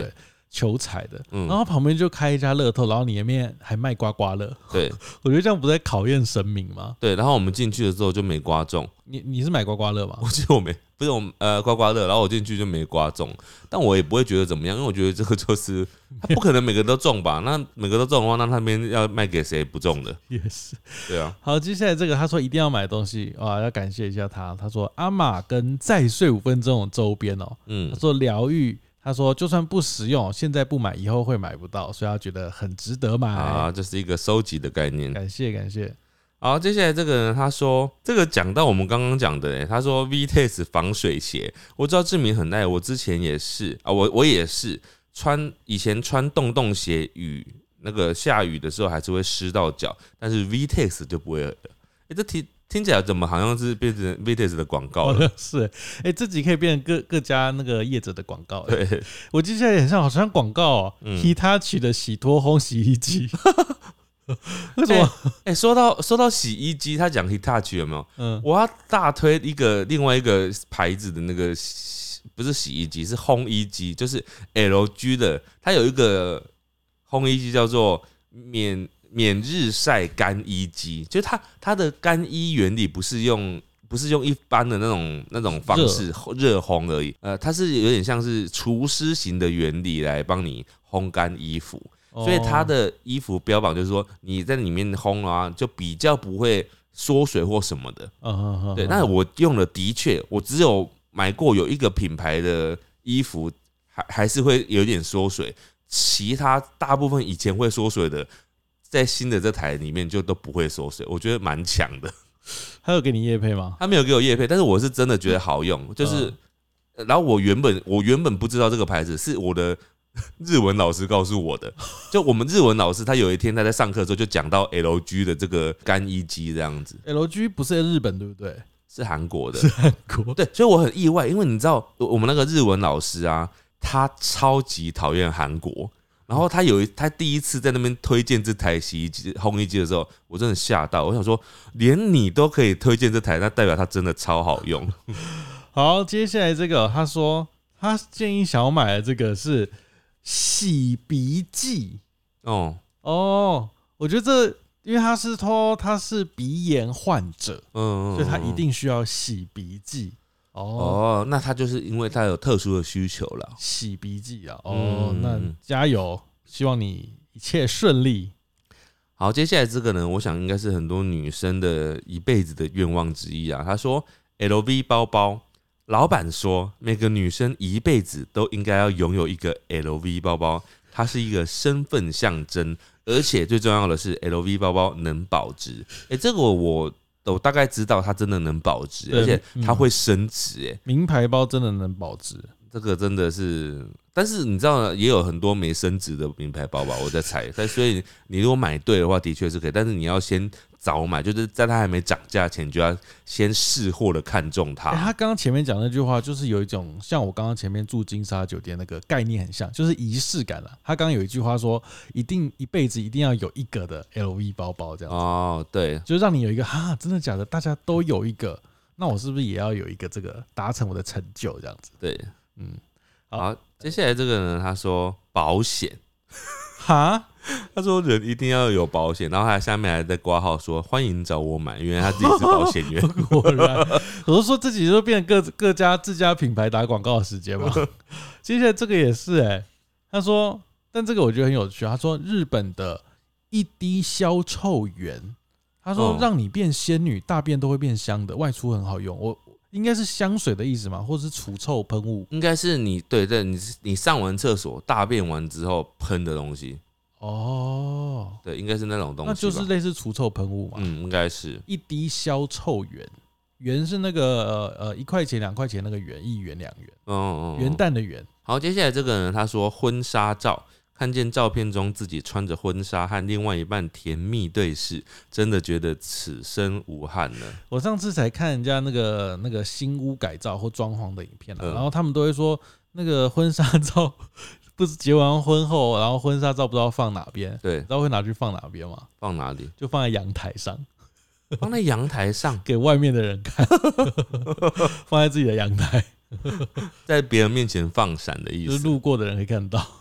A: 求财的，然后旁边就开一家乐透，然后你里面还卖刮刮乐。
B: 对，
A: 我觉得这样不在考验神明吗？
B: 对，然后我们进去的时候就没刮中。
A: 你是买刮刮乐吗？
B: 我记得我没，不是刮刮乐，然后我进去就没刮中，但我也不会觉得怎么样，因为我觉得这个就是他不可能每个都中吧？那每个都中的话，那他边要卖给谁不中的？
A: 也是，
B: 对啊。
A: 好，接下来这个他说一定要买东西哇，要感谢一下他。他说阿玛跟再睡5分钟的周边哦，他说疗愈。他说：“就算不实用，现在不买，以后会买不到，所以他觉得很值得买
B: 啊，这是一个收集的概念。
A: 感谢感谢。
B: 好，接下来这个人他说，这个讲到我们刚刚讲的，他说 VTEX 防水鞋，我知道志明很爱，我之前也是啊，我也是以前穿洞洞鞋，那个下雨的时候还是会湿到脚，但是 VTEX 就不会了。这听起来怎么好像是变成 VTEX 的广告了？
A: 是，这集可以变成各家那个业者的广告。
B: 对，
A: 我记起来好像广告哦，Hitachi 的洗脱烘洗衣机。为什么？
B: 说到洗衣机，他讲 Hitachi 有没有？我要大推另外一个牌子的那个，不是洗衣机，是烘衣机，就是 LG 的，它有一个烘衣机叫做免日晒干衣机，就是它的干衣原理不是用一般的那种方式热烘而已，它是有点像是除湿型的原理来帮你烘干衣服，所以它的衣服标榜就是说你在里面烘啊，就比较不会缩水或什么的。对，但是我用了的确，我只有买过有一个品牌的衣服还是会有点缩水，其他大部分以前会缩水的。在新的这台里面就都不会缩水，我觉得蛮强的。
A: 他有给你业配吗？
B: 他没有给我业配，但是我是真的觉得好用。就是，然后我原本不知道这个牌子，是我的日文老师告诉我的。就我们日文老师，他有一天他在上课的时候就讲到 LG 的这个干衣机这样子。
A: LG 不是日本对不对？
B: 是韩国的，
A: 是韩国。
B: 对，所以我很意外，因为你知道我们那个日文老师啊，他超级讨厌韩国。然后他第一次在那边推荐这台洗衣机、烘衣机的时候，我真的吓到。我想说，连你都可以推荐这台，那代表它真的超好用。
A: 好，接下来这个，他说他建议想要买的这个是洗鼻剂。我觉得这，因为他是说他是鼻炎患者，所以他一定需要洗鼻剂。
B: 那他就是因为他有特殊的需求了，
A: 洗鼻剂啊。那加油，希望你一切顺利。
B: 好，接下来这个呢，我想应该是很多女生的一辈子的愿望之一啊。他说 LV 包包，老板说每个女生一辈子都应该要拥有一个 LV 包包，它是一个身份象征，而且最重要的是 LV 包包能保值。这个我大概知道它真的能保值，而且它会升值。
A: 名牌包真的能保值，
B: 这个真的是，但是你知道也有很多没升值的名牌包吧？我在猜，所以你如果买对的话，的确是可以，但是你要先早买，就是在它还没涨价前，就要先识货的看中它。
A: 他刚刚前面讲那句话，就是有一种像我刚刚前面住金沙酒店那个概念很像，就是仪式感了。他刚刚有一句话说，一辈子一定要有一个的 LV 包包这样子。
B: 对，
A: 就让你有一个真的假的？大家都有一个，那我是不是也要有一个这个达成我的成就这样子？
B: 对，好，接下来这个呢，他说保险，他说人一定要有保险，然后他下面还在挂号说欢迎找我买，因为他自己是保险员。
A: 果然，我是说自己就变成各家自家品牌打广告的时间嘛。接下来这个也是他说，但这个我觉得很有趣。他说日本的一滴消臭源，他说让你变仙女，大便都会变香的，外出很好用。应该是香水的意思嘛，或者是除臭喷雾？应
B: 该是你你上完厕所大便完之后喷的东西。对，应该是那种东西吧，
A: 那就是类似除臭喷雾嘛。
B: 应该是
A: 一滴消臭源，元是那个1块钱2块钱那个元，1元2元，元旦的元。
B: 好，接下来这个呢，他说婚纱照。看见照片中自己穿着婚纱和另外一半甜蜜对视，真的觉得此生无憾了。
A: 我上次才看人家那个新屋改造或装潢的影片然后他们都会说那个婚纱照不是结完婚后，然后婚纱照不知道放哪边，
B: 对，
A: 知道会拿去放哪边吗？
B: 放哪里？
A: 就放在阳台上。
B: 放在阳台上
A: 给外面的人看，放在自己的阳台。
B: 在别人面前放闪的意思，
A: 就是路过的人可以看到。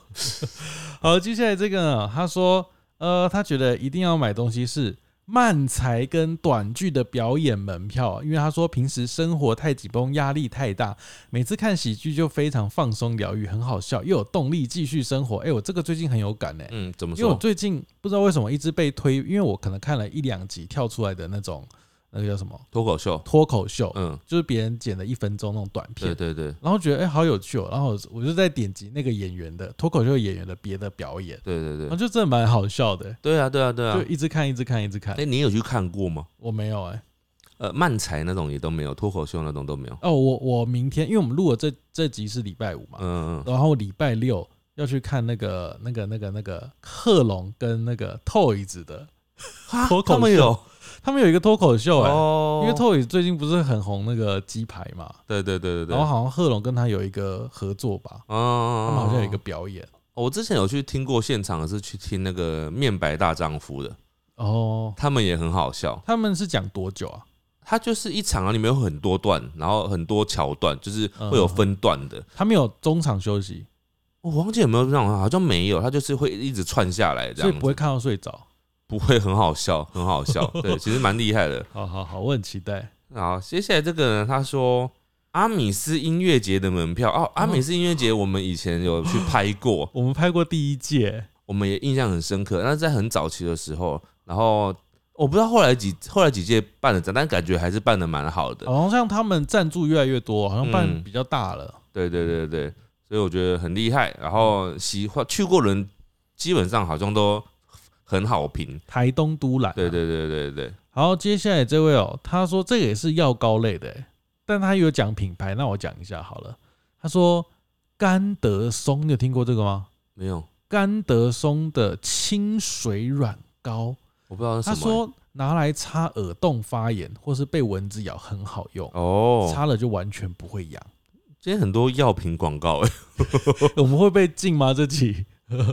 A: 好，接下来这个呢，他说，他觉得一定要买东西是漫才跟短剧的表演门票，因为他说平时生活太紧绷，压力太大，每次看喜剧就非常放松疗愈，很好笑，又有动力继续生活。我这个最近很有感
B: 怎么说？
A: 因为我最近不知道为什么一直被推，因为我可能看了1-2集跳出来的那种。那个叫什么
B: 脱口秀？
A: 就是别人剪的1分钟那种短片，
B: 对，
A: 然后觉得好有趣然后我就在点击那个演员的脱口秀演员的别的表演，
B: 对，
A: 然后就真的蛮好笑的，
B: 对啊，
A: 就一直看。
B: 你有去看过吗？
A: 我没有
B: 漫才那种也都没有，脱口秀那种都没有。
A: 我明天，因为我们录的这集是礼拜5嘛，然后礼拜6要去看那个贺龙跟那个 Toys 的脱口秀。他们有一个脱口秀因为 Toys 最近不是很红那个鸡排嘛，
B: 对，
A: 然后好像贺龙跟他有一个合作吧，他们好像有一个表演。
B: 我之前有去听过现场的是去听那个面白大丈夫的他们也很好笑。
A: 他们是讲多久啊？
B: 他就是一场里面有很多段，然后很多桥段，就是会有分段的。
A: 他们有中场休息？
B: 我忘记有没有这样，好像没有，他就是会一直串下来这样，
A: 所以不会看到睡着。
B: 不会，很好笑，很好笑。对，其实蛮厉害的。
A: 好，我很期待。
B: 好，接下来这个呢，他说阿米斯音乐节的门票阿米斯音乐节我们以前有去拍过，
A: 我们拍过第1届，
B: 我们也印象很深刻。那在很早期的时候，然后我不知道后来几届办的，但感觉还是办的蛮好的。
A: 好像他们赞助越来越多，好像办比较大了。
B: 对，所以我觉得很厉害。然后去过人基本上好像都很好评。
A: 台东都兰。
B: 对。
A: 好，接下来这位他说这个也是药膏类的但他有讲品牌，那我讲一下好了。他说甘德松，你有听过这个吗？
B: 没有。
A: 甘德松的清水软膏，
B: 我不知道是什么。
A: 他说拿来擦耳洞发炎或是被蚊子咬很好用擦了就完全不会痒。
B: 今天很多药品广告
A: 我们会被禁吗？这集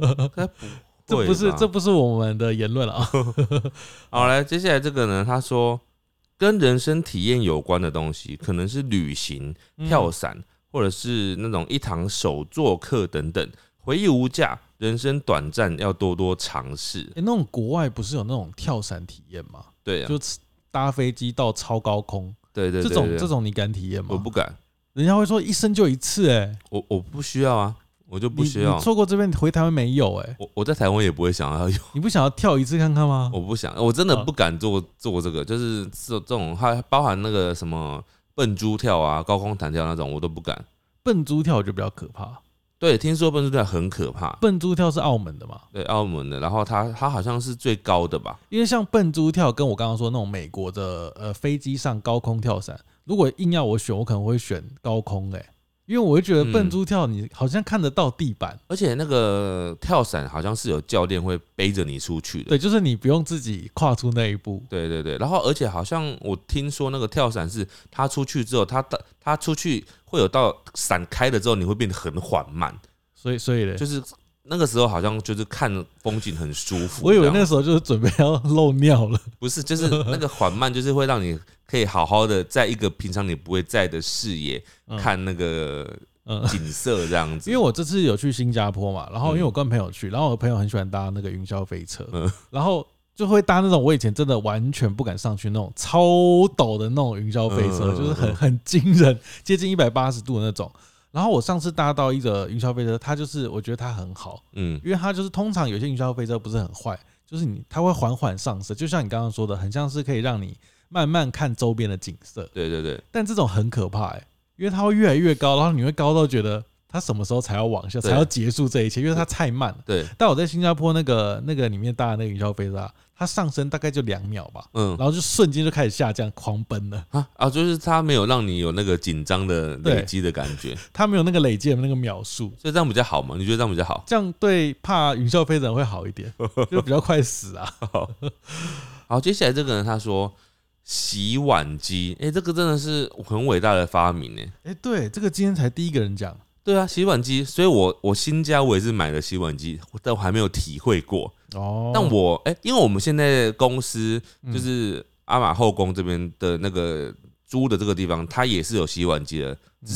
A: 这不是我们的言论了
B: 好，来，接下来这个呢，他说跟人生体验有关的东西，可能是旅行、跳伞，或者是那种一堂手作课等等，回忆无价，人生短暂，要多多尝试。
A: 那种国外不是有那种跳伞体验吗？
B: 对啊，
A: 就搭飞机到超高空。
B: 对，这
A: 种你敢体验吗？
B: 我不敢。
A: 人家会说一生就一次
B: 我不需要啊。我就不需要。
A: 你错过这边回台湾没有
B: 我在台湾也不会想要有。
A: 你不想要跳一次看看吗？
B: 我不想，我真的不敢做这个，就是这种还包含那个什么笨猪跳啊、高空弹跳那种，我都不敢。
A: 笨猪跳我觉得比较可怕。
B: 对，听说笨猪跳很可怕。
A: 笨猪跳是澳门的嘛？
B: 对，澳门的，然后它好像是最高的吧？
A: 因为像笨猪跳跟我刚刚说那种美国的飞机上高空跳伞，如果硬要我选，我可能会选高空因为我会觉得笨猪跳你好像看得到地板，
B: 而且那个跳伞好像是有教练会背着你出去的。
A: 对，就是你不用自己跨出那一步。
B: 对，然后而且好像我听说那个跳伞是他出去之后，他出去会有到伞开了之后，你会变得很缓慢，
A: 所以呢，
B: 就是那个时候好像就是看风景很舒服。
A: 我以为那时候就是准备要漏尿了，
B: 不是，就是那个缓慢，就是会让你可以好好的在一个平常你不会在的视野看那个景色这样子。
A: 因为我这次有去新加坡嘛，然后因为我跟朋友去，然后我的朋友很喜欢搭那个云霄飞车，然后就会搭那种我以前真的完全不敢上去那种超陡的那种云霄飞车，就是很惊人，接近180度的那种。然后我上次搭到一个云霄飞车，它就是我觉得它很好，因为它就是通常有些云霄飞车不是很坏，就是它会缓缓上升，就像你刚刚说的，很像是可以让你慢慢看周边的景色。
B: 对。
A: 但这种很可怕因为它会越来越高，然后你会高到觉得它什么时候才要往下，才要结束这一切，因为它太慢了。
B: 对。
A: 但我在新加坡那个里面搭的那个云霄飞车它上升大概就2秒吧，然后就瞬间就开始下降，狂奔了。
B: 就是它没有让你有那个紧张的累积的感觉，
A: 它没有那个累积的那个秒数，
B: 所以这样比较好吗？你觉得这样比较好？
A: 这样对怕云霄飞车会好一点，就比较快死啊。
B: 好，接下来这个人他说洗碗机，这个真的是很伟大的发明
A: 对，这个今天才第一个人讲。
B: 对啊，洗碗机，所以我新家我也是买了洗碗机，但我还没有体会过。但因为我们现在公司就是阿马后宫这边的那个租的这个地方，它也是有洗碗机的，只是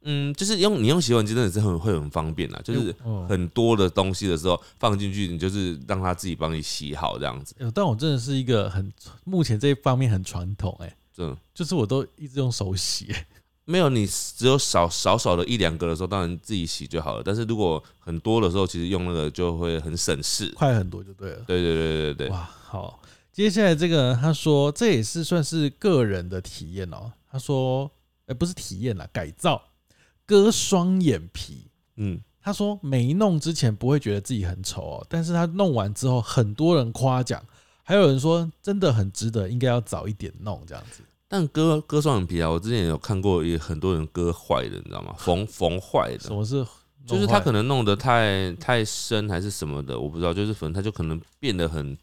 B: 就是你用洗碗机真的是会很方便啦，就是很多的东西的时候放进去，你就是让它自己帮你洗好这样子。
A: 但我真的是一个目前这一方面很传统就是我都一直用手洗
B: 没有，你只有少的一两个的时候，当然自己洗就好了。但是如果很多的时候，其实用那个就会很省事，
A: 快很多就对了。
B: 对。
A: 哇，好，接下来这个人他说这也是算是个人的体验哦。他说，不是体验啦，改造割双眼皮。他说没弄之前不会觉得自己很丑但是他弄完之后，很多人夸奖，还有人说真的很值得，应该要早一点弄这样子。
B: 但割双眼皮我之前也有看过，也很多人割坏的，你知道吗？缝坏的。
A: 什么是？
B: 就是他可能弄得太深还是什么的，我不知道。就是反正他就可能变得很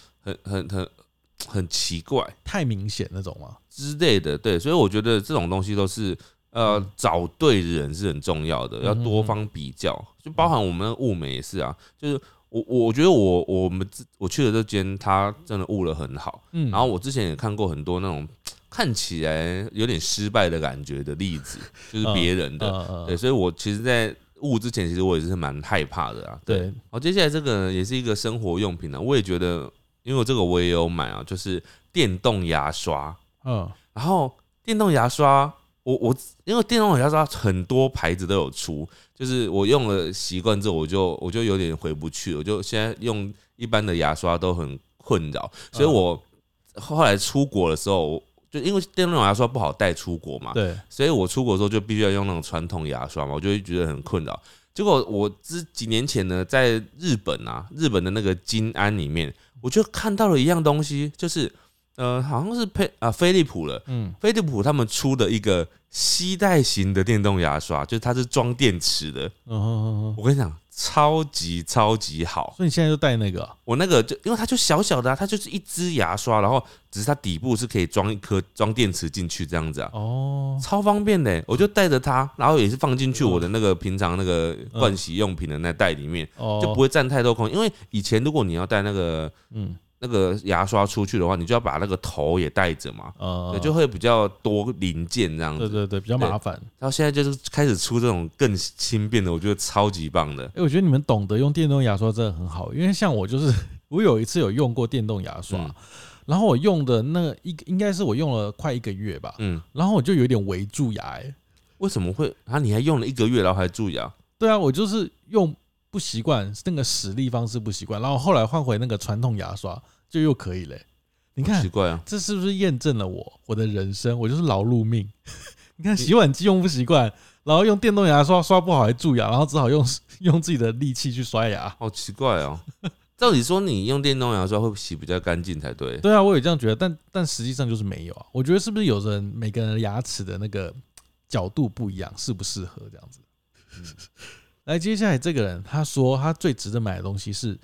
B: 奇怪，
A: 太明显那种吗？
B: 之类的。对，所以我觉得这种东西都是找对人是很重要的，要多方比较，就包含我们的物美也是啊，就是。我觉得我去的这间，他真的物了很好。然后我之前也看过很多那种看起来有点失败的感觉的例子，就是别人的。对，所以我其实，在物之前，其实我也是蛮害怕的啊。对。好，接下来这个也是一个生活用品我也觉得，因为这个我也有买就是电动牙刷。然后电动牙刷。因为电动牙刷很多牌子都有出，就是我用了习惯之后，我就有点回不去，我就现在用一般的牙刷都很困扰，所以我后来出国的时候，就因为电动牙刷不好带出国嘛，
A: 对，
B: 所以我出国的时候就必须要用那种传统牙刷嘛，我就会觉得很困扰。结果我几年前呢，在日本的那个金安里面，我就看到了一样东西，就是好像是飞利浦了，飞利浦他们出的一个吸带型的电动牙刷，就是它是装电池的。我跟你讲，超级好。
A: 所以你现在就带那个？
B: 我那个因为它就小小的它就是一支牙刷，然后只是它底部是可以装电池进去这样子超方便的。我就带着它，然后也是放进去我的那个平常那个盥洗用品的那袋里面，就不会占太多空间。因为以前如果你要带那个牙刷出去的话，你就要把那个头也带着嘛，就会比较多零件这样子。
A: 对，比较麻烦。
B: 然后现在就是开始出这种更轻便的，我觉得超级棒的。
A: 我觉得你们懂得用电动牙刷真的很好，因为像我就是我有一次有用过电动牙刷，然后我用的那应该是我用了快1个月吧，然后我就有点围蛀牙
B: 为什么会你还用了1个月，然后还蛀牙？
A: 对啊，我就是用不习惯那个使力方式不习惯，然后后来换回那个传统牙刷就又可以你看，
B: 奇怪这
A: 是不是验证了我的人生？我就是劳碌命。你看洗碗机用不习惯，然后用电动牙刷刷不好还蛀牙，然后只好用自己的力气去刷牙。
B: 好奇怪照理说你用电动牙刷会洗比较干净才对。
A: 对啊，我也这样觉得，但实际上就是没有我觉得是不是有人每个人的牙齿的那个角度不一样，适不适合这样子？来，接下来这个人他说他最值得买的东西是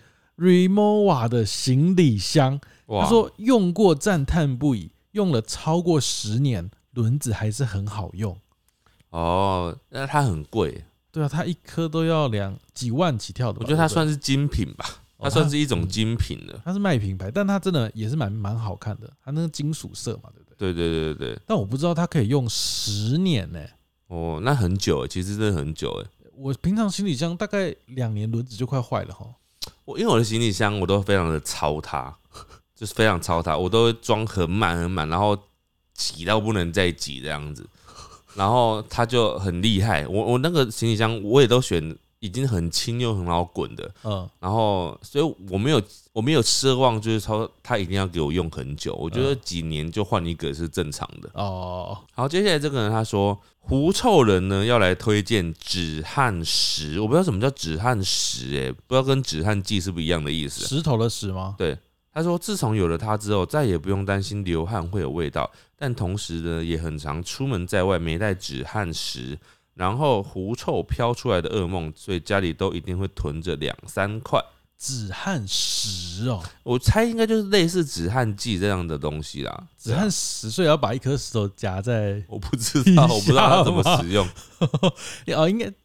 A: Rimowa 的行李箱。他说用过赞叹不已，用了超过10年，轮子还是很好用。
B: 那它很贵。
A: 对啊，它一颗都要几万起跳的。
B: 我觉得它算是精品吧，它算是一种精品的。
A: 它是卖品牌，但它真的也是蛮好看的，它那个金属色嘛，对不
B: 对？对。
A: 但我不知道它可以用10年
B: 那很久其实真的很久
A: 我平常行李箱大概2年轮子就快坏了
B: 因为我的行李箱我都非常的操它，就是非常操它，我都会装很满，然后挤到不能再挤这样子，然后它就很厉害。我那个行李箱我也都选已经很轻又很好滚的，然后所以我没有奢望就是说它一定要给我用很久，我觉得几年就换一个是正常的。好，接下来这个人他说狐臭人呢要来推荐止汗石，我不知道什么叫止汗石不知道跟止汗剂是不是一样的意思？
A: 石头的石吗？
B: 对。他说自从有了它之后，再也不用担心流汗会有味道，但同时呢也很常出门在外没带止汗石，然后狐臭飘出来的噩梦，所以家里都一定会囤着2-3块
A: 止汗石
B: 我猜应该就是类似止汗剂这样的东西啦。
A: 止汗石，所以要把一颗石头夹在，
B: 我不知道它怎么使用
A: 应该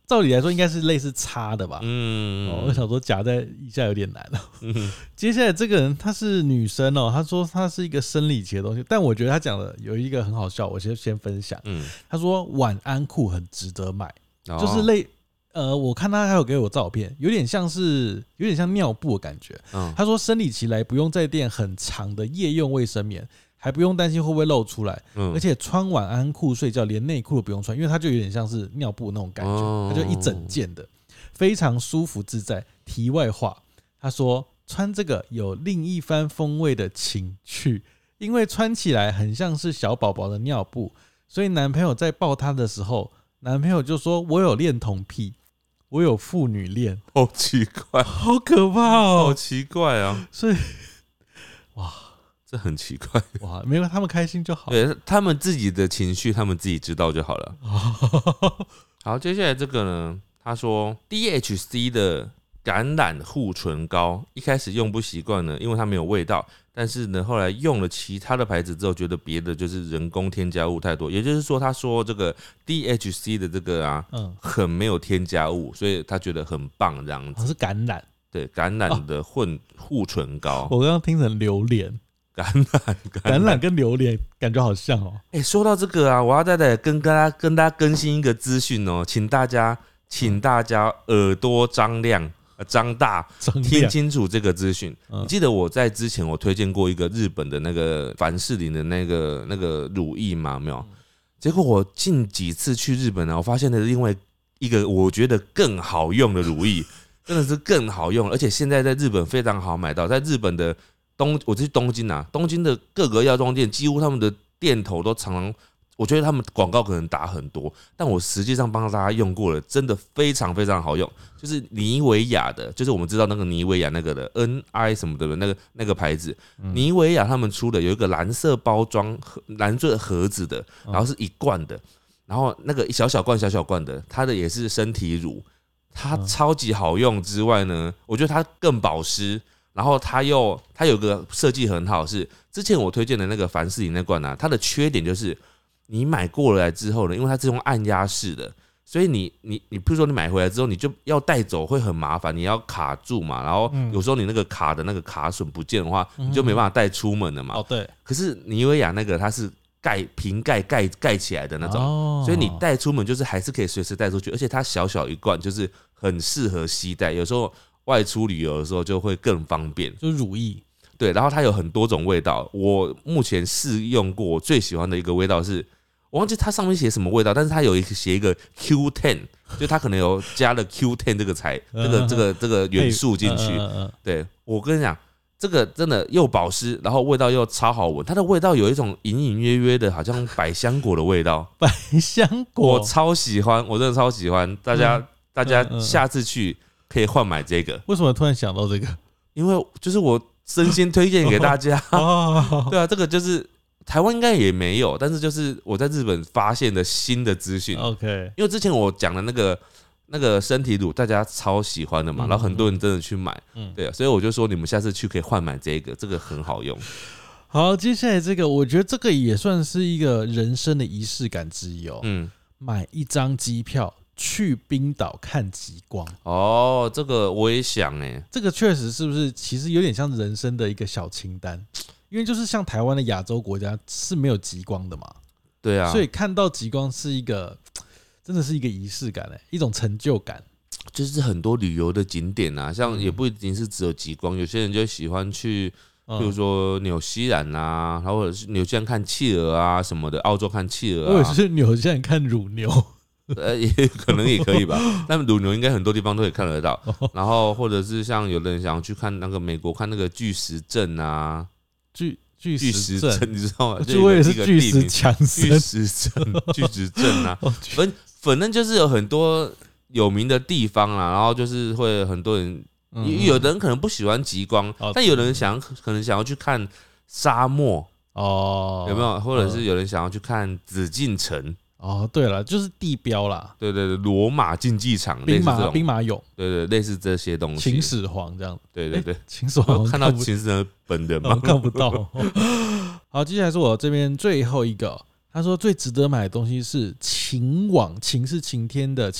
A: 照理来说应该是类似插的吧？我想说夹在腋下有点难接下来这个人她是女生她说她是一个生理期的东西，但我觉得她讲的有一个很好笑，我先分享。她说晚安裤很值得买，就是我看她还有给我照片，有点像尿布的感觉。她说生理期来不用再垫很长的夜用卫生棉。还不用担心会不会露出来，而且穿晚安裤睡觉，连内裤都不用穿，因为它就有点像是尿布那种感觉，它就一整件的，非常舒服自在。题外话，他说穿这个有另一番风味的情趣，因为穿起来很像是小宝宝的尿布，所以男朋友在抱她的时候，男朋友就说：“我有恋童癖，我有妇女恋。”
B: 好奇怪，
A: 好可怕
B: 好奇怪啊！
A: 所以，哇。
B: 这很奇怪
A: 哇，没有他们开心就好。
B: 对，他们自己的情绪，他们自己知道就好了。好，接下来这个呢，他说 DHC 的橄榄护唇膏一开始用不习惯呢，因为它没有味道。但是呢，后来用了其他的牌子之后，觉得别的就是人工添加物太多。也就是说，他说这个 DHC 的这个很没有添加物，所以他觉得很棒这样子。
A: 是橄榄，
B: 对，橄榄的护唇膏。
A: 我刚刚听成榴莲。橄榄跟榴莲感觉好像
B: 说到这个啊，我要再跟大家更新一个资讯请大家耳朵张大，听清楚这个资讯。你记得我在之前我推荐过一个日本的那个凡士林的那个乳液吗？没有。结果我近几次去日本我发现了另外一个我觉得更好用的乳液，真的是更好用，而且现在在日本非常好买到，在日本的。我是东京东京的各个药妆店，几乎他们的店头都常常，我觉得他们广告可能打很多，但我实际上帮大家用过了，真的非常非常好用。就是妮维雅的，就是我们知道那个妮维雅那个的 NI 什么的那个牌子，妮维雅他们出的有一个蓝色包装、蓝色盒子的，然后是一罐的，然后那个小小罐的，它的也是身体乳，它超级好用之外呢，我觉得它更保湿。然后它有个设计很好，是之前我推荐的那个凡士林那罐它的缺点就是你买过来之后呢，因为它是用按压式的，所以你比如说你买回来之后，你就要带走会很麻烦，你要卡住嘛，然后有时候你那个卡的那个卡榫不见的话，你就没办法带出门了嘛。
A: 对。
B: 可是妮维雅那个它是瓶盖起来的那种，所以你带出门就是还是可以随时带出去，而且它小小一罐，就是很适合携带，有时候。外出旅游的时候就会更方便，
A: 就是乳液。
B: 对，然后它有很多种味道。我目前试用过，我最喜欢的一个味道是，我忘记它上面写什么味道，但是它有写一个 Q10， 就它可能有加了 Q10 这个元素进去。对，我跟你讲，这个真的又保湿，然后味道又超好闻。它的味道有一种隐隐约约的，好像百香果的味道。
A: 百香果，
B: 我超喜欢，我真的超喜欢。大家下次去。可以换买这个？
A: 为什么突然想到这个？
B: 因为就是我真心推荐给大家。对啊，这个就是台湾应该也没有，但是就是我在日本发现的新的资讯。
A: OK，
B: 因为之前我讲的那个身体乳，大家超喜欢的嘛，然后很多人真的去买。对啊，所以我就说你们下次去可以换买这个很好用。
A: 好，接下来这个，我觉得这个也算是一个人生的仪式感之一买一张机票。去冰岛看极光
B: 这个我也想
A: 这个确实是不是其实有点像人生的一个小清单，因为就是像台湾的亚洲国家是没有极光的嘛，
B: 对啊，
A: 所以看到极光是一个真的是一个仪式感一种成就感。
B: 就是很多旅游的景点像也不一定是只有极光，有些人就喜欢去，比如说纽西兰然后或者是纽西兰看企鹅什么的，澳洲看企鹅
A: 或者是纽西兰看乳牛。
B: 也可能也可以吧，但乳牛应该很多地方都可以看得到。然后或者是像有的人想要去看那个美国看那个巨石阵
A: 巨石阵
B: 你知道吗？
A: 我也是巨石强森，
B: 巨石阵反正就是有很多有名的地方然后就是会很多人，有的人可能不喜欢极光，但有的人可能想要去看沙漠有没有？或者是有人想要去看紫禁城。
A: 对了，就是地标啦。
B: 对，罗马竞技场，
A: 兵马俑，
B: 对，类似这些东西。
A: 秦始皇这样，
B: 对，
A: 秦始皇
B: 看到秦始皇本人吗？
A: 看不到。好，接下来是我这边最后一个，他说最值得买的东西是晴网，晴是晴天的晴，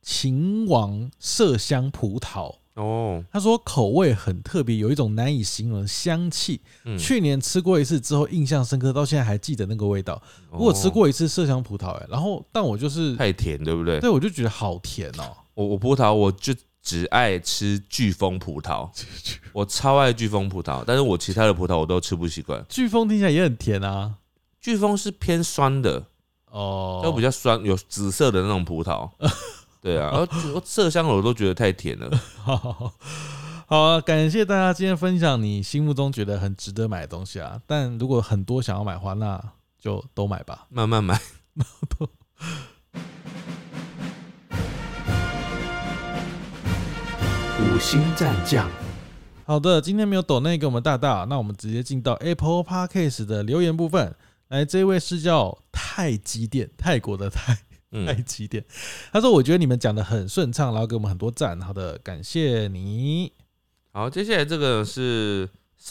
A: 秦王麝香葡萄。他说口味很特别，有一种难以形容的香气。去年吃过一次之后印象深刻，到现在还记得那个味道。我吃过一次麝香葡萄，然后但我就是
B: 太甜，对不对？
A: 对，我就觉得好甜哦。
B: 我葡萄我就只爱吃巨峰葡萄，我超爱巨峰葡萄，但是我其他的葡萄我都吃不习惯。
A: 巨峰听起来也很甜啊。
B: 巨峰是偏酸的就比较酸，有紫色的那种葡萄。对啊，麝香我都觉得太甜了。
A: 好啊，感谢大家今天分享你心目中觉得很值得买的东西啊。但如果很多想要买的话，那就都买吧，
B: 慢慢买。
A: 5星战将。好的，今天没有抖内给我们大大，那我们直接进到 Apple Podcast 的留言部分。来，这位是叫太极殿，泰国的泰。太极殿，他说：“我觉得你们讲的很顺畅，然后给我们很多赞。好的，感谢你。
B: 好，接下来这个是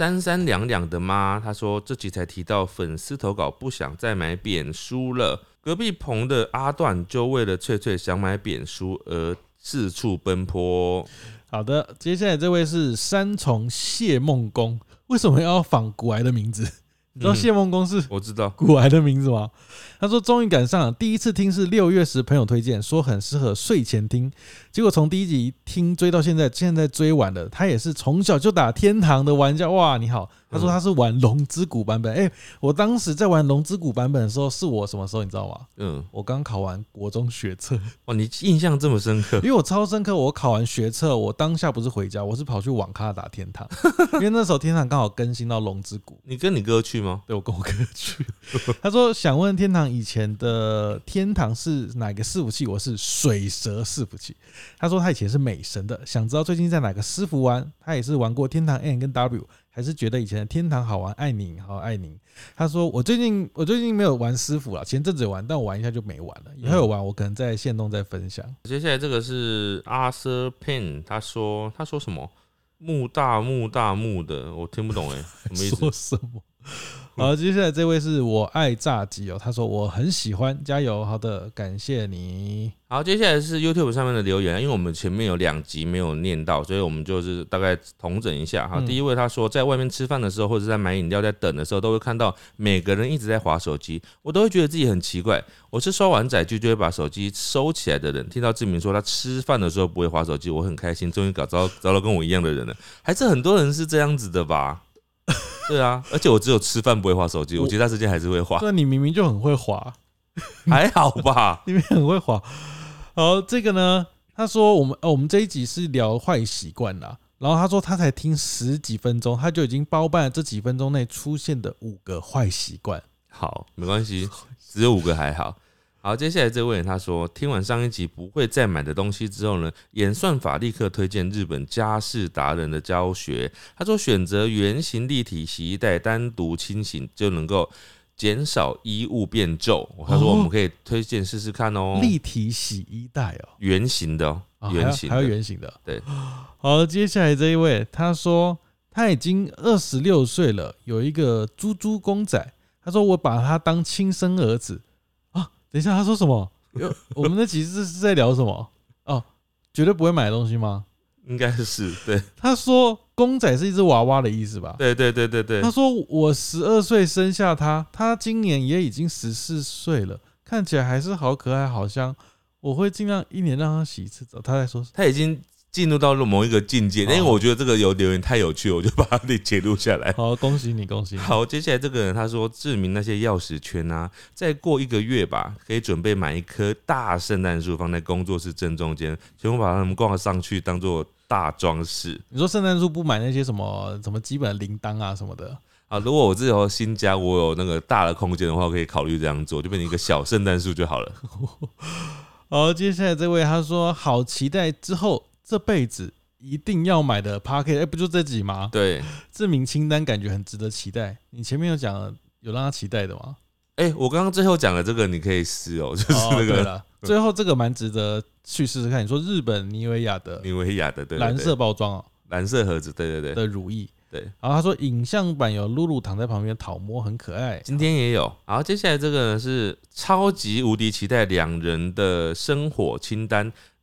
B: 3322的妈，他说这集才提到粉丝投稿不想再买扁书了。隔壁棚的阿段就为了翠翠想买扁书而四处奔波。
A: 好的，接下来这位是三重谢梦公，为什么要仿古癌的名字？你知道谢梦公是
B: 我知道
A: 古癌的名字吗？他说终于赶上了，第一次听是6月时朋友推荐，说很适合睡前听，结果从第一集听追到现在追完了。他也是从小就打天堂的玩家，哇，你好。他说他是玩龙之谷版本，我当时在玩龙之谷版本的时候，是我什么时候你知道吗？我刚考完国中学测。
B: 哇，你印象这么深刻？
A: 因为我超深刻，我考完学测，我当下不是回家，我是跑去网咖打天堂，因为那时候天堂刚好更新到龙之谷。
B: 你跟你哥去吗？
A: 对，我跟我哥去。他说想问天堂以前的天堂是哪个伺服器？我是水蛇伺服器。他说他以前是美神的，想知道最近在哪个师服玩。他也是玩过天堂 N 跟 W， 还是觉得以前的天堂好玩，爱你好爱你。他说我最近没有玩师傅啦，前阵子有玩，但我玩一下就没玩了。以后有玩我可能在限动再分享。
B: 接下来这个是 Arthur Pen， 他说什么木大的，我听不懂什么意思？
A: 说什么？好，接下来这位是我爱炸鸡他说我很喜欢，加油。好的，感谢你。
B: 好，接下来是 YouTube 上面的留言，因为我们前面有2集没有念到，所以我们就是大概统整一下。第一位他说，在外面吃饭的时候，或者在买饮料在等的时候，都会看到每个人一直在滑手机，我都会觉得自己很奇怪。我是刷完载具就会把手机收起来的人，听到志明说他吃饭的时候不会滑手机，我很开心，终于找到跟我一样的人了。还是很多人是这样子的吧？对啊，而且我只有吃饭不会滑手机，我其他时间还是会滑。
A: 对，你明明就很会滑，
B: 还好吧？
A: 你明明很会滑。好，这个呢，他说我们这一集是聊坏习惯啦，然后他说他才听10几分钟，他就已经包办了这几分钟内出现的5个坏习惯。
B: 好，没关系，只有5个还好。好，接下来这位他说，听完上一集不会再买的东西之后呢，演算法立刻推荐日本家事达人的教学。他说选择圆形立体洗衣袋单独清洗就能够减少衣物变皱。他说我们可以推荐试试看哦。
A: 立体洗衣袋
B: 圆形的圆形的，
A: 还有圆形的。
B: 对，
A: 好，接下来这一位他说他已经26岁了，有一个猪猪公仔。他说我把他当亲生儿子。等一下，他说什么？我们那集是在聊什么？绝对不会买的东西吗？
B: 应该是对。
A: 他说公仔是一只娃娃的意思吧？
B: 对。
A: 他说我12岁生下他，他今年也已经14岁了，看起来还是好可爱好香。我会尽量1年让他洗一次澡。他在说
B: 他已经进入到某一个境界，因为我觉得这个留言太有趣了，我就把它截录下来。
A: 好，恭喜你，恭喜你。
B: 好，接下来这个人他说，志明那些钥匙圈啊，再过1个月吧，可以准备买一棵大圣诞树放在工作室正中间，全部把它们挂上去当做大装饰。
A: 你说圣诞树不买那些什么基本的铃铛啊什么的？
B: 如果我之后新家我有那个大的空间的话，我可以考虑这样做，就变成一个小圣诞树就好了。
A: 好，接下来这位他说，好期待之后这辈子一定要买的 Podcast， 不就这集吗？
B: 对，
A: 这名清单感觉很值得期待。你前面有讲了，有让他期待的吗？
B: 我刚刚最后讲的这个你可以试就是那个。
A: 对了，最后这个蛮值得去试试看。你说日本妮维雅的
B: 对
A: 蓝色包装
B: 蓝色盒子，对
A: 的乳液。
B: 对，
A: 然后他说影像版有露露躺在旁边讨摸，很可爱。
B: 今天也有。然后接下来这个是超级无敌期待2人的生活清单。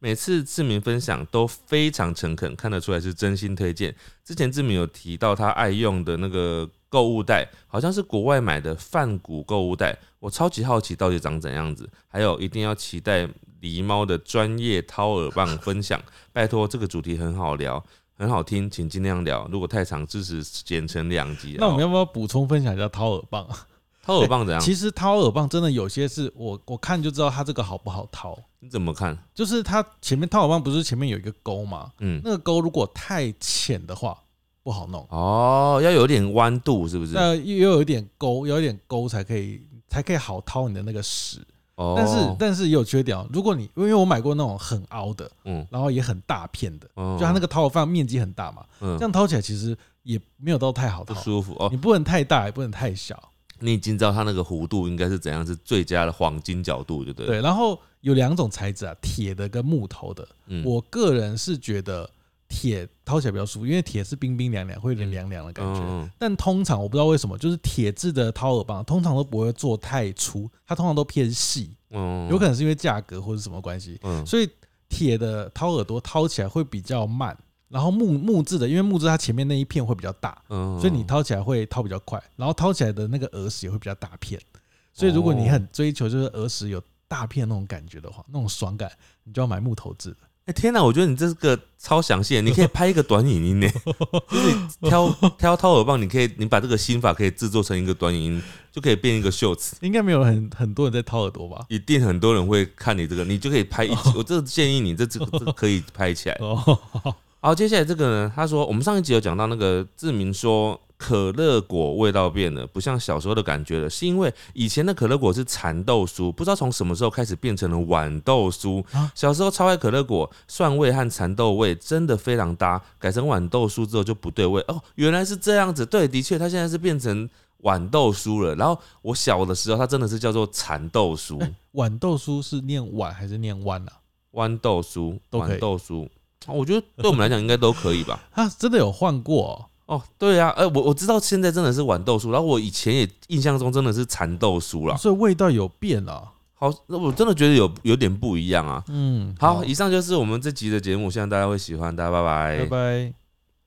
B: 每次志明分享都非常诚恳，看得出来是真心推荐。之前志明有提到他爱用的那个购物袋，好像是国外买的梵谷购物袋，我超级好奇到底长怎样子。还有一定要期待狸猫的专业掏耳棒分享，拜托这个主题很好聊。很好听，请尽量聊。如果太长，支持剪成2集。
A: 那我们要不要补充分享一下掏耳棒？
B: 掏耳棒怎样？
A: 其实掏耳棒真的有些是我看就知道它这个好不好掏。
B: 你怎么看？
A: 就是它前面掏耳棒不是前面有一个钩吗？那个钩如果太浅的话不好弄。
B: 哦，要有点弯度是不是？
A: 又有一点钩，有一点钩才可以好掏你的那个屎。但是也有缺点哦。如果你因为我买过那种很凹的，然后也很大片的，就它那个掏耳棒面积很大嘛，这样掏起来其实也没有到太好掏，
B: 不舒服哦。
A: 你不能太大，也不能太小。
B: 你已经知道它那个弧度应该是怎样，是最佳的黄金角度，对不对？
A: 对。然后有2种材质啊，铁的跟木头的。我个人是觉得铁掏起来比较舒服，因为铁是冰冰凉凉，会有点凉凉的感觉。但通常我不知道为什么，就是铁质的掏耳棒通常都不会做太粗，它通常都偏细。有可能是因为价格或者什么关系，所以铁的掏耳朵掏起来会比较慢。然后木质的，因为木质它前面那一片会比较大，所以你掏起来会掏比较快，然后掏起来的那个耳屎也会比较大片。所以如果你很追求就是耳屎有大片那种感觉的话，那种爽感，你就要买木头质的。
B: 天哪，我觉得你这个超详细，你可以拍一个短影音呢。就是你挑掏耳棒，你把这个心法可以制作成一个短影音，就可以变一个秀词。
A: 应该没有很多人在掏耳朵吧？
B: 一定很多人会看你这个，你就可以拍一集。我这个建议你这可以拍起来。好，接下来这个呢，他说我们上一集有讲到那个志明说可乐果味道变了，不像小时候的感觉了，是因为以前的可乐果是蚕豆酥，不知道从什么时候开始变成了豌豆酥。小时候超爱可乐果，蒜味和蚕豆味真的非常搭，改成豌豆酥之后就不对味哦，原来是这样子。对，的确，它现在是变成豌豆酥了。然后我小的时候，它真的是叫做蚕豆酥。
A: 豌豆酥是念豌还是念弯啊？
B: 豌豆酥，
A: 豌
B: 豆酥。我觉得对我们来讲应该都可以吧。
A: 他真的有换过
B: 哦？对啊，我知道现在真的是豌豆酥，然后我以前也印象中真的是蚕豆酥啦，
A: 所以味道有变啊。
B: 好，我真的觉得有点不一样啊。好，以上就是我们这集的节目，希望大家会喜欢，大家拜拜，
A: 拜拜。